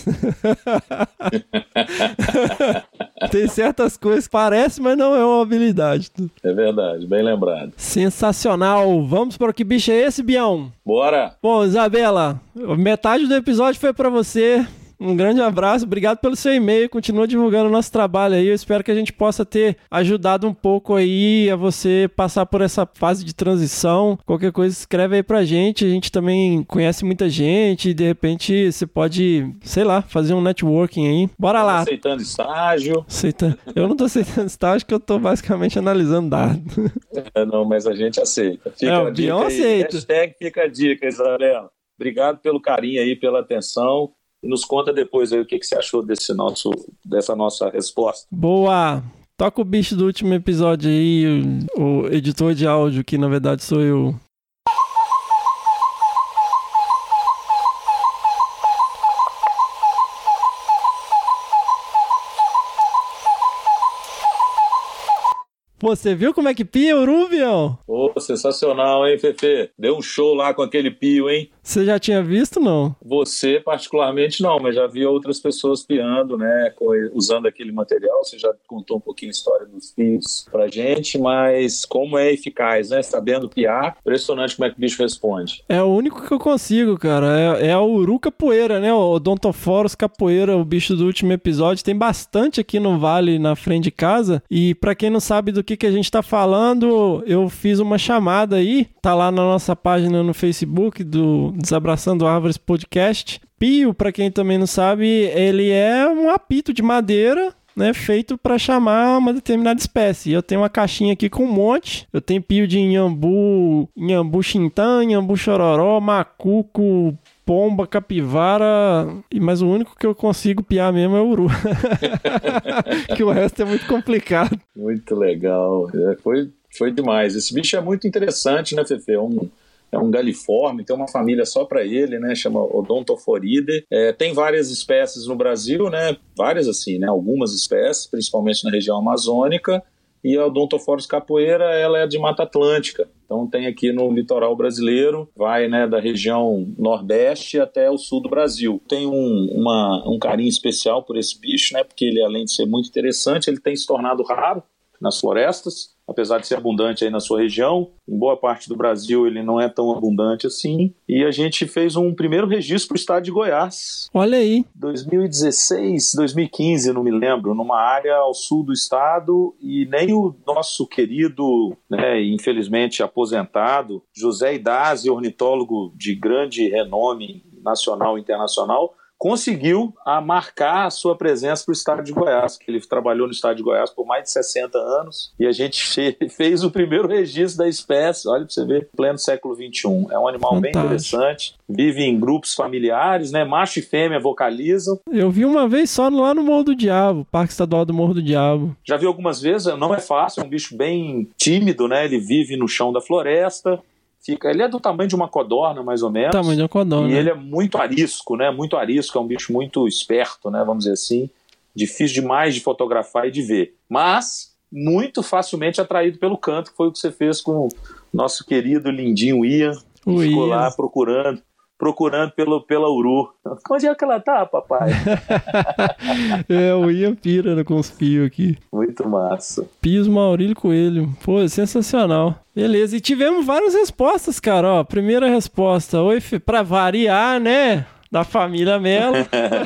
Speaker 3: Tem certas coisas que parecem, mas não é uma habilidade.
Speaker 4: É verdade, bem lembrado.
Speaker 3: Sensacional. Vamos para o que bicho é esse, Bião?
Speaker 4: Bora!
Speaker 3: Bom, Isabela, metade do episódio foi para você. Um grande abraço, obrigado pelo seu e-mail, continua divulgando o nosso trabalho aí, eu espero que a gente possa ter ajudado um pouco aí a você passar por essa fase de transição. Qualquer coisa escreve aí pra gente, a gente também conhece muita gente e de repente você pode, sei lá, fazer um networking aí. Bora lá.
Speaker 4: Aceitando estágio.
Speaker 3: Aceita... Eu não tô aceitando estágio, que eu tô basicamente analisando dados.
Speaker 4: É, não, mas a gente aceita. Fica
Speaker 3: é,
Speaker 4: a
Speaker 3: o Bião aceita.
Speaker 4: Hashtag fica a dica, Isabela. Obrigado pelo carinho aí, pela atenção. E nos conta depois aí o que, que você achou desse nosso, dessa nossa resposta.
Speaker 3: Boa! Toca o bicho do último episódio aí, o, o editor de áudio, que na verdade sou eu. Você viu como é que pia o Rubião?
Speaker 4: Ô, oh, sensacional, hein, Fefe? Deu um show lá com aquele pio, hein?
Speaker 3: Você já tinha visto, não?
Speaker 4: Você, particularmente, não, mas já vi outras pessoas piando, né, usando aquele material. Você já contou um pouquinho a história dos pios pra gente, mas como é eficaz, né? Sabendo piar, impressionante como é que o bicho responde.
Speaker 3: É o único que eu consigo, cara. É, é a Uru Capoeira, né? O Odontophorus Capoeira, o bicho do último episódio. Tem bastante aqui no vale, na frente de casa. E pra quem não sabe do que, que a gente tá falando, eu fiz uma chamada aí. Tá lá na nossa página no Facebook do Desabraçando Árvores Podcast. Pio, pra quem também não sabe, ele é um apito de madeira, né, feito para chamar uma determinada espécie. Eu tenho uma caixinha aqui com um monte. Eu tenho pio de inhambu, inhambu xintã, inhambu chororó, macuco, pomba, capivara, mas o único que eu consigo piar mesmo é o uru. Que o resto é muito complicado.
Speaker 4: Muito legal. É, foi, foi demais. Esse bicho é muito interessante, né, Fefe? É um... É um galiforme, tem uma família só para ele, né? Chama Odontophoridae. É, tem várias espécies no Brasil, né? Várias assim, né? Algumas espécies, principalmente na região amazônica. E a Odontophorus capoeira, ela é de Mata Atlântica. Então tem aqui no litoral brasileiro, vai, né, da região nordeste até o sul do Brasil. Tem um, uma, um carinho especial por esse bicho, né? Porque ele, além de ser muito interessante, ele tem se tornado raro nas florestas, apesar de ser abundante aí na sua região. Em boa parte do Brasil ele não é tão abundante assim. E a gente fez um primeiro registro para o estado de Goiás.
Speaker 3: Olha aí.
Speaker 4: dois mil e dezesseis, dois mil e quinze, não me lembro, numa área ao sul do estado, e nem o nosso querido, né, infelizmente aposentado, José Idazi, ornitólogo de grande renome nacional e internacional, conseguiu a marcar a sua presença para o estado de Goiás, que ele trabalhou no estado de Goiás por mais de sessenta anos, e a gente fe- fez o primeiro registro da espécie, olha para você ver, pleno século vinte e um. É um animal Fantástico. Bem interessante, vive em grupos familiares, né? Macho e fêmea vocalizam.
Speaker 3: Eu vi uma vez só lá no Morro do Diabo, Parque Estadual do Morro do Diabo.
Speaker 4: Já vi algumas vezes, não é fácil, é um bicho bem tímido, né? Ele vive no chão da floresta. Fica, ele é do tamanho de uma codorna, mais ou menos.
Speaker 3: Tamanho de uma codorna.
Speaker 4: E ele é muito arisco, né? Muito arisco, é um bicho muito esperto, né? Vamos dizer assim. Difícil demais de fotografar e de ver. Mas muito facilmente atraído pelo canto, que foi o que você fez com o nosso querido lindinho Ian, que
Speaker 3: o
Speaker 4: ficou
Speaker 3: Ian.
Speaker 4: lá procurando. procurando pelo, pela Uru. Onde é que ela tá, papai?
Speaker 3: É, o Ian pira com os fios aqui.
Speaker 4: Muito massa.
Speaker 3: Pios Maurílio Coelho. Pô, sensacional. Beleza, e tivemos várias respostas, cara. Ó, primeira resposta, oi, pra variar, né? Da família Melo.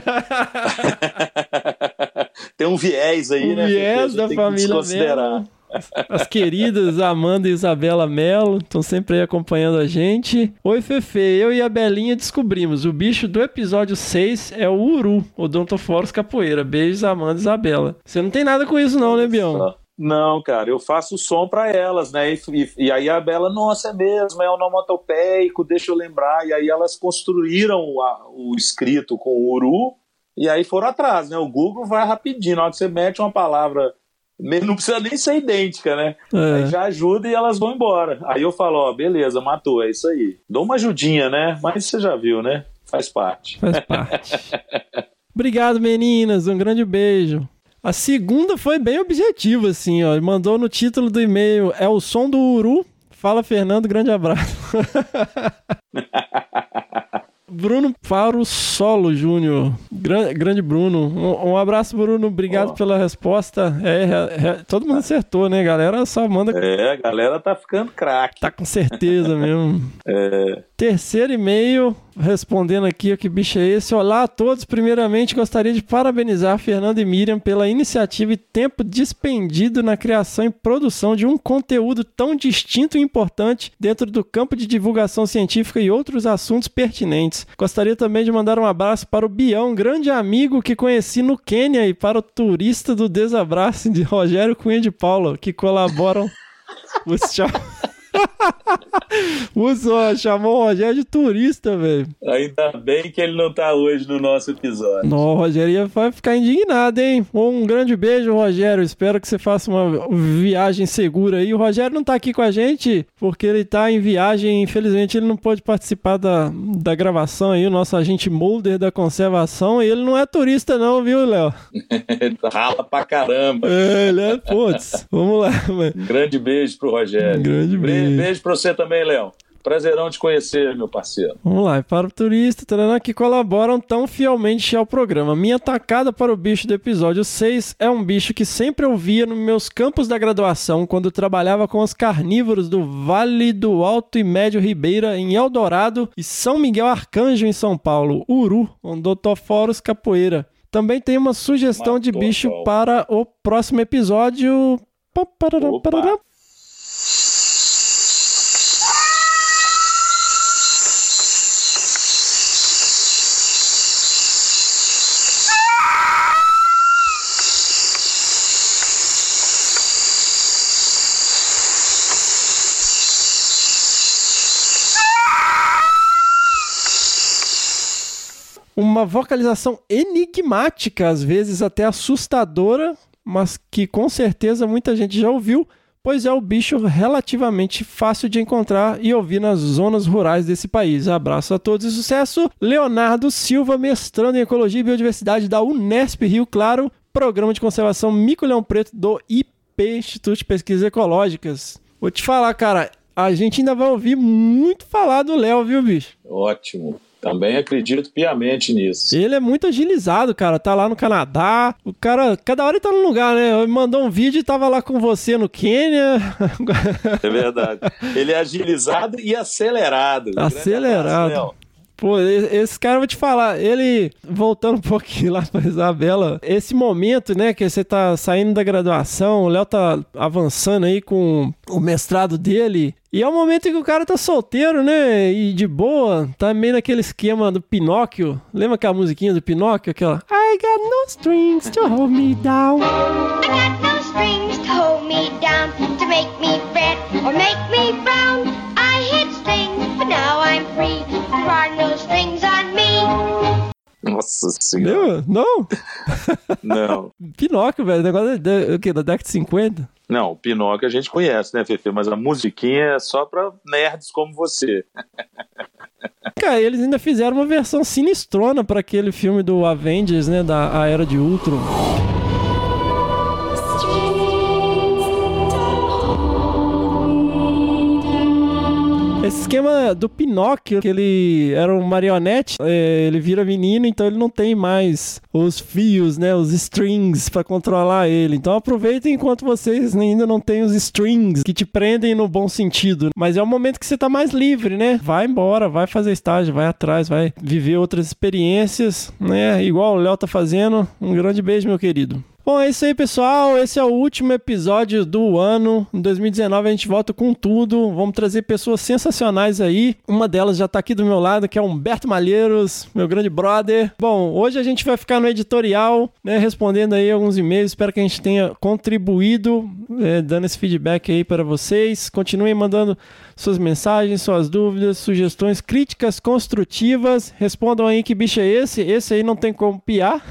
Speaker 4: Tem um viés aí,
Speaker 3: o
Speaker 4: né?
Speaker 3: Viés da família Melo. As queridas Amanda e Isabela Melo estão sempre aí acompanhando a gente. Oi, Fefe, eu e a Belinha descobrimos o bicho do episódio seis é o Uru, Odontophorus capoeira. Beijos, Amanda e Isabela. Você não tem nada com isso não, né, Bião?
Speaker 4: Não, cara, eu faço som pra elas, né? E, e, e aí a Bela, nossa, é mesmo, é onomatopeico, deixa eu lembrar. E aí elas construíram a, o escrito com o Uru e aí foram atrás, né? O Google vai rapidinho, na hora que você mete uma palavra... Não precisa nem ser idêntica, né? É. Aí já ajuda e elas vão embora. Aí eu falo, ó, beleza, matou, é isso aí. Dou uma ajudinha, né? Mas você já viu, né? Faz parte.
Speaker 3: Faz parte. Obrigado, meninas. Um grande beijo. A segunda foi bem objetiva, assim, ó. Ele mandou no título do e-mail, é o som do Uru. Fala, Fernando, grande abraço. Bruno Faro Solo Júnior, Gran, grande Bruno, um, um abraço, Bruno, obrigado oh. pela resposta. É, é, é, todo mundo acertou, né, galera? Só manda.
Speaker 4: É, a galera tá ficando craque.
Speaker 3: Tá com certeza mesmo.
Speaker 4: É.
Speaker 3: Terceiro e-mail, respondendo aqui, ó, que bicho é esse? Olá a todos, primeiramente gostaria de parabenizar Fernando e Miriam pela iniciativa e tempo despendido na criação e produção de um conteúdo tão distinto e importante dentro do campo de divulgação científica e outros assuntos pertinentes. Gostaria também de mandar um abraço para o Bião, grande amigo que conheci no Quênia, e para o turista do Desabraço de Rogério Cunha de Paula, que colaboram os tchau. Uso, chamou o Rogério de turista, velho.
Speaker 4: Ainda bem que ele não tá hoje no nosso episódio.
Speaker 3: Não, o Rogério vai ficar indignado, hein? Um grande beijo, Rogério. Espero que você faça uma viagem segura aí. O Rogério não tá aqui com a gente porque ele tá em viagem. Infelizmente, ele não pôde participar da, da gravação aí. O nosso agente Mulder da conservação. E ele não é turista, não, viu, Léo?
Speaker 4: Rala pra caramba.
Speaker 3: É, ele é, putz. Vamos lá, mano.
Speaker 4: Grande beijo pro Rogério.
Speaker 3: Grande beijo.
Speaker 4: Beijo pra você também, Léo. Prazerão te conhecer, meu parceiro.
Speaker 3: Vamos lá, e para o turista que colaboram tão fielmente ao programa. Minha tacada para o bicho do episódio seis é um bicho que sempre eu via nos meus campos da graduação quando trabalhava com os carnívoros do Vale do Alto e Médio Ribeira em Eldorado e São Miguel Arcanjo em São Paulo, Uru, Odontophorus capoeira. Também tem uma sugestão Matou, de bicho Paulo. Para o próximo episódio.
Speaker 4: Opa.
Speaker 3: Uma vocalização enigmática, às vezes até assustadora, mas que com certeza muita gente já ouviu, pois é o bicho relativamente fácil de encontrar e ouvir nas zonas rurais desse país. Abraço a todos e sucesso. Leonardo Silva, mestrando em Ecologia e Biodiversidade da Unesp Rio Claro, Programa de Conservação Mico-Leão Preto do I P, Instituto de Pesquisas Ecológicas. Vou te falar, cara, a gente ainda vai ouvir muito falar do Léo, viu, bicho?
Speaker 4: Ótimo. Também acredito piamente nisso.
Speaker 3: Ele é muito agilizado, cara. Tá lá no Canadá. O cara, cada hora ele tá num lugar, né? Ele mandou um vídeo e tava lá com você no Quênia.
Speaker 4: É verdade. Ele é agilizado e acelerado.
Speaker 3: Acelerado. Pô, esse cara, eu vou te falar, ele, voltando um pouquinho lá pra Isabela, esse momento, né, que você tá saindo da graduação, o Léo tá avançando aí com o mestrado dele, e é o momento em que o cara tá solteiro, né, e de boa, tá meio naquele esquema do Pinóquio. Lembra aquela musiquinha do Pinóquio, aquela I got no strings to hold me down.
Speaker 6: I got no strings to hold me down, to make me fret or make me frown. I hit strings, but now I'm free. There are no strings on me.
Speaker 4: Nossa senhora.
Speaker 3: Lembra? Não?
Speaker 4: Não.
Speaker 3: Pinóquio, velho, o negócio é da, o quê? Da década de cinquenta?
Speaker 4: Não, o Pinóquio a gente conhece, né, Fefe? Mas a musiquinha é só pra nerds como você.
Speaker 3: Cara, eles ainda fizeram uma versão sinistrona pra aquele filme do Avengers, né, da a Era de Ultron. Esse esquema do Pinóquio, que ele era um marionete, é, ele vira menino, então ele não tem mais os fios, né, os strings pra controlar ele. Então aproveitem enquanto vocês ainda não têm os strings que te prendem no bom sentido. Mas é o momento que você tá mais livre, né? Vai embora, vai fazer estágio, vai atrás, vai viver outras experiências, né? Igual o Léo tá fazendo. Um grande beijo, meu querido. Bom, é isso aí, pessoal. Esse é o último episódio do ano. Em dois mil e dezenove a gente volta com tudo. Vamos trazer pessoas sensacionais aí. Uma delas já tá aqui do meu lado, que é Humberto Malheiros, meu grande brother. Bom, hoje a gente vai ficar no editorial, né, respondendo aí alguns e-mails. Espero que a gente tenha contribuído, é, dando esse feedback aí para vocês. Continuem mandando suas mensagens, suas dúvidas, sugestões, críticas construtivas. Respondam aí que bicho é esse. Esse aí não tem como piar.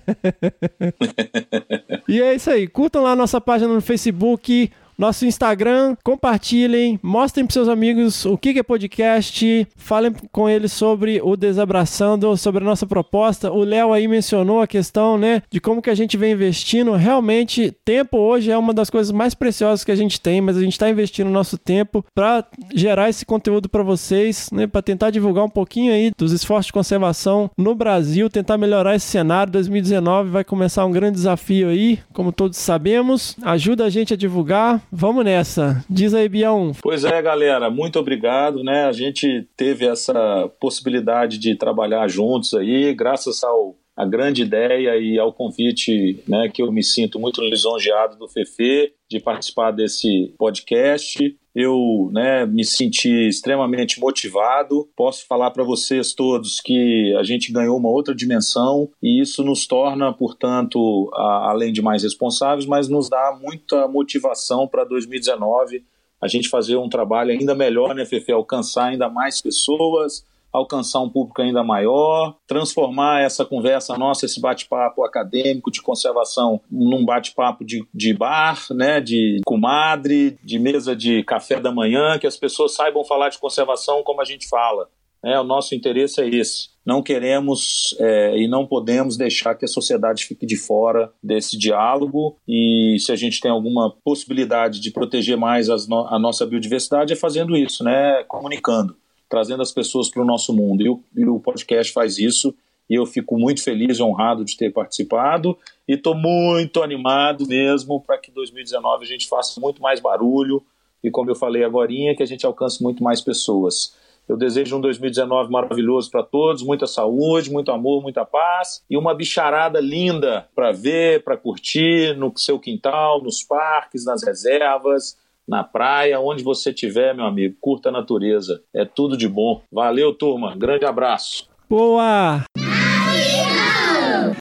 Speaker 3: E é isso aí, curtam lá nossa página no Facebook, nosso Instagram, compartilhem, mostrem para seus amigos o que é podcast, falem com eles sobre o Desabraçando, sobre a nossa proposta. O Léo aí mencionou a questão, né, de como que a gente vem investindo. Realmente, tempo hoje é uma das coisas mais preciosas que a gente tem, mas a gente está investindo nosso tempo para gerar esse conteúdo para vocês, né, para tentar divulgar um pouquinho aí dos esforços de conservação no Brasil, tentar melhorar esse cenário. dois mil e dezenove vai começar um grande desafio aí, como todos sabemos. Ajuda a gente a divulgar. Vamos nessa. Diz aí, Bião.
Speaker 4: Pois é, galera, muito obrigado, né? A gente teve essa possibilidade de trabalhar juntos aí, graças ao a grande ideia e ao convite, né, que eu me sinto muito lisonjeado do Fefe de participar desse podcast. Eu, né, me senti extremamente motivado. Posso falar para vocês todos que a gente ganhou uma outra dimensão e isso nos torna, portanto, a, além de mais responsáveis, mas nos dá muita motivação para dois mil e dezenove a gente fazer um trabalho ainda melhor, né, Fefe? Alcançar ainda mais pessoas, alcançar um público ainda maior, transformar essa conversa nossa, esse bate-papo acadêmico de conservação num bate-papo de, de bar, né, de comadre, de mesa de café da manhã, que as pessoas saibam falar de conservação como a gente fala. É, o nosso interesse é esse. Não queremos é, e não podemos deixar que a sociedade fique de fora desse diálogo, e se a gente tem alguma possibilidade de proteger mais as no- a nossa biodiversidade é fazendo isso, né, comunicando, trazendo as pessoas para o nosso mundo. E o, e o podcast faz isso, e eu fico muito feliz e honrado de ter participado, e estou muito animado mesmo para que em dois mil e dezenove a gente faça muito mais barulho, e como eu falei agorinha, que a gente alcance muito mais pessoas. Eu desejo um dois mil e dezenove maravilhoso para todos, muita saúde, muito amor, muita paz, e uma bicharada linda para ver, para curtir no seu quintal, nos parques, nas reservas, na praia, onde você estiver, meu amigo. Curta a natureza. É tudo de bom. Valeu, turma. Grande abraço.
Speaker 3: Boa!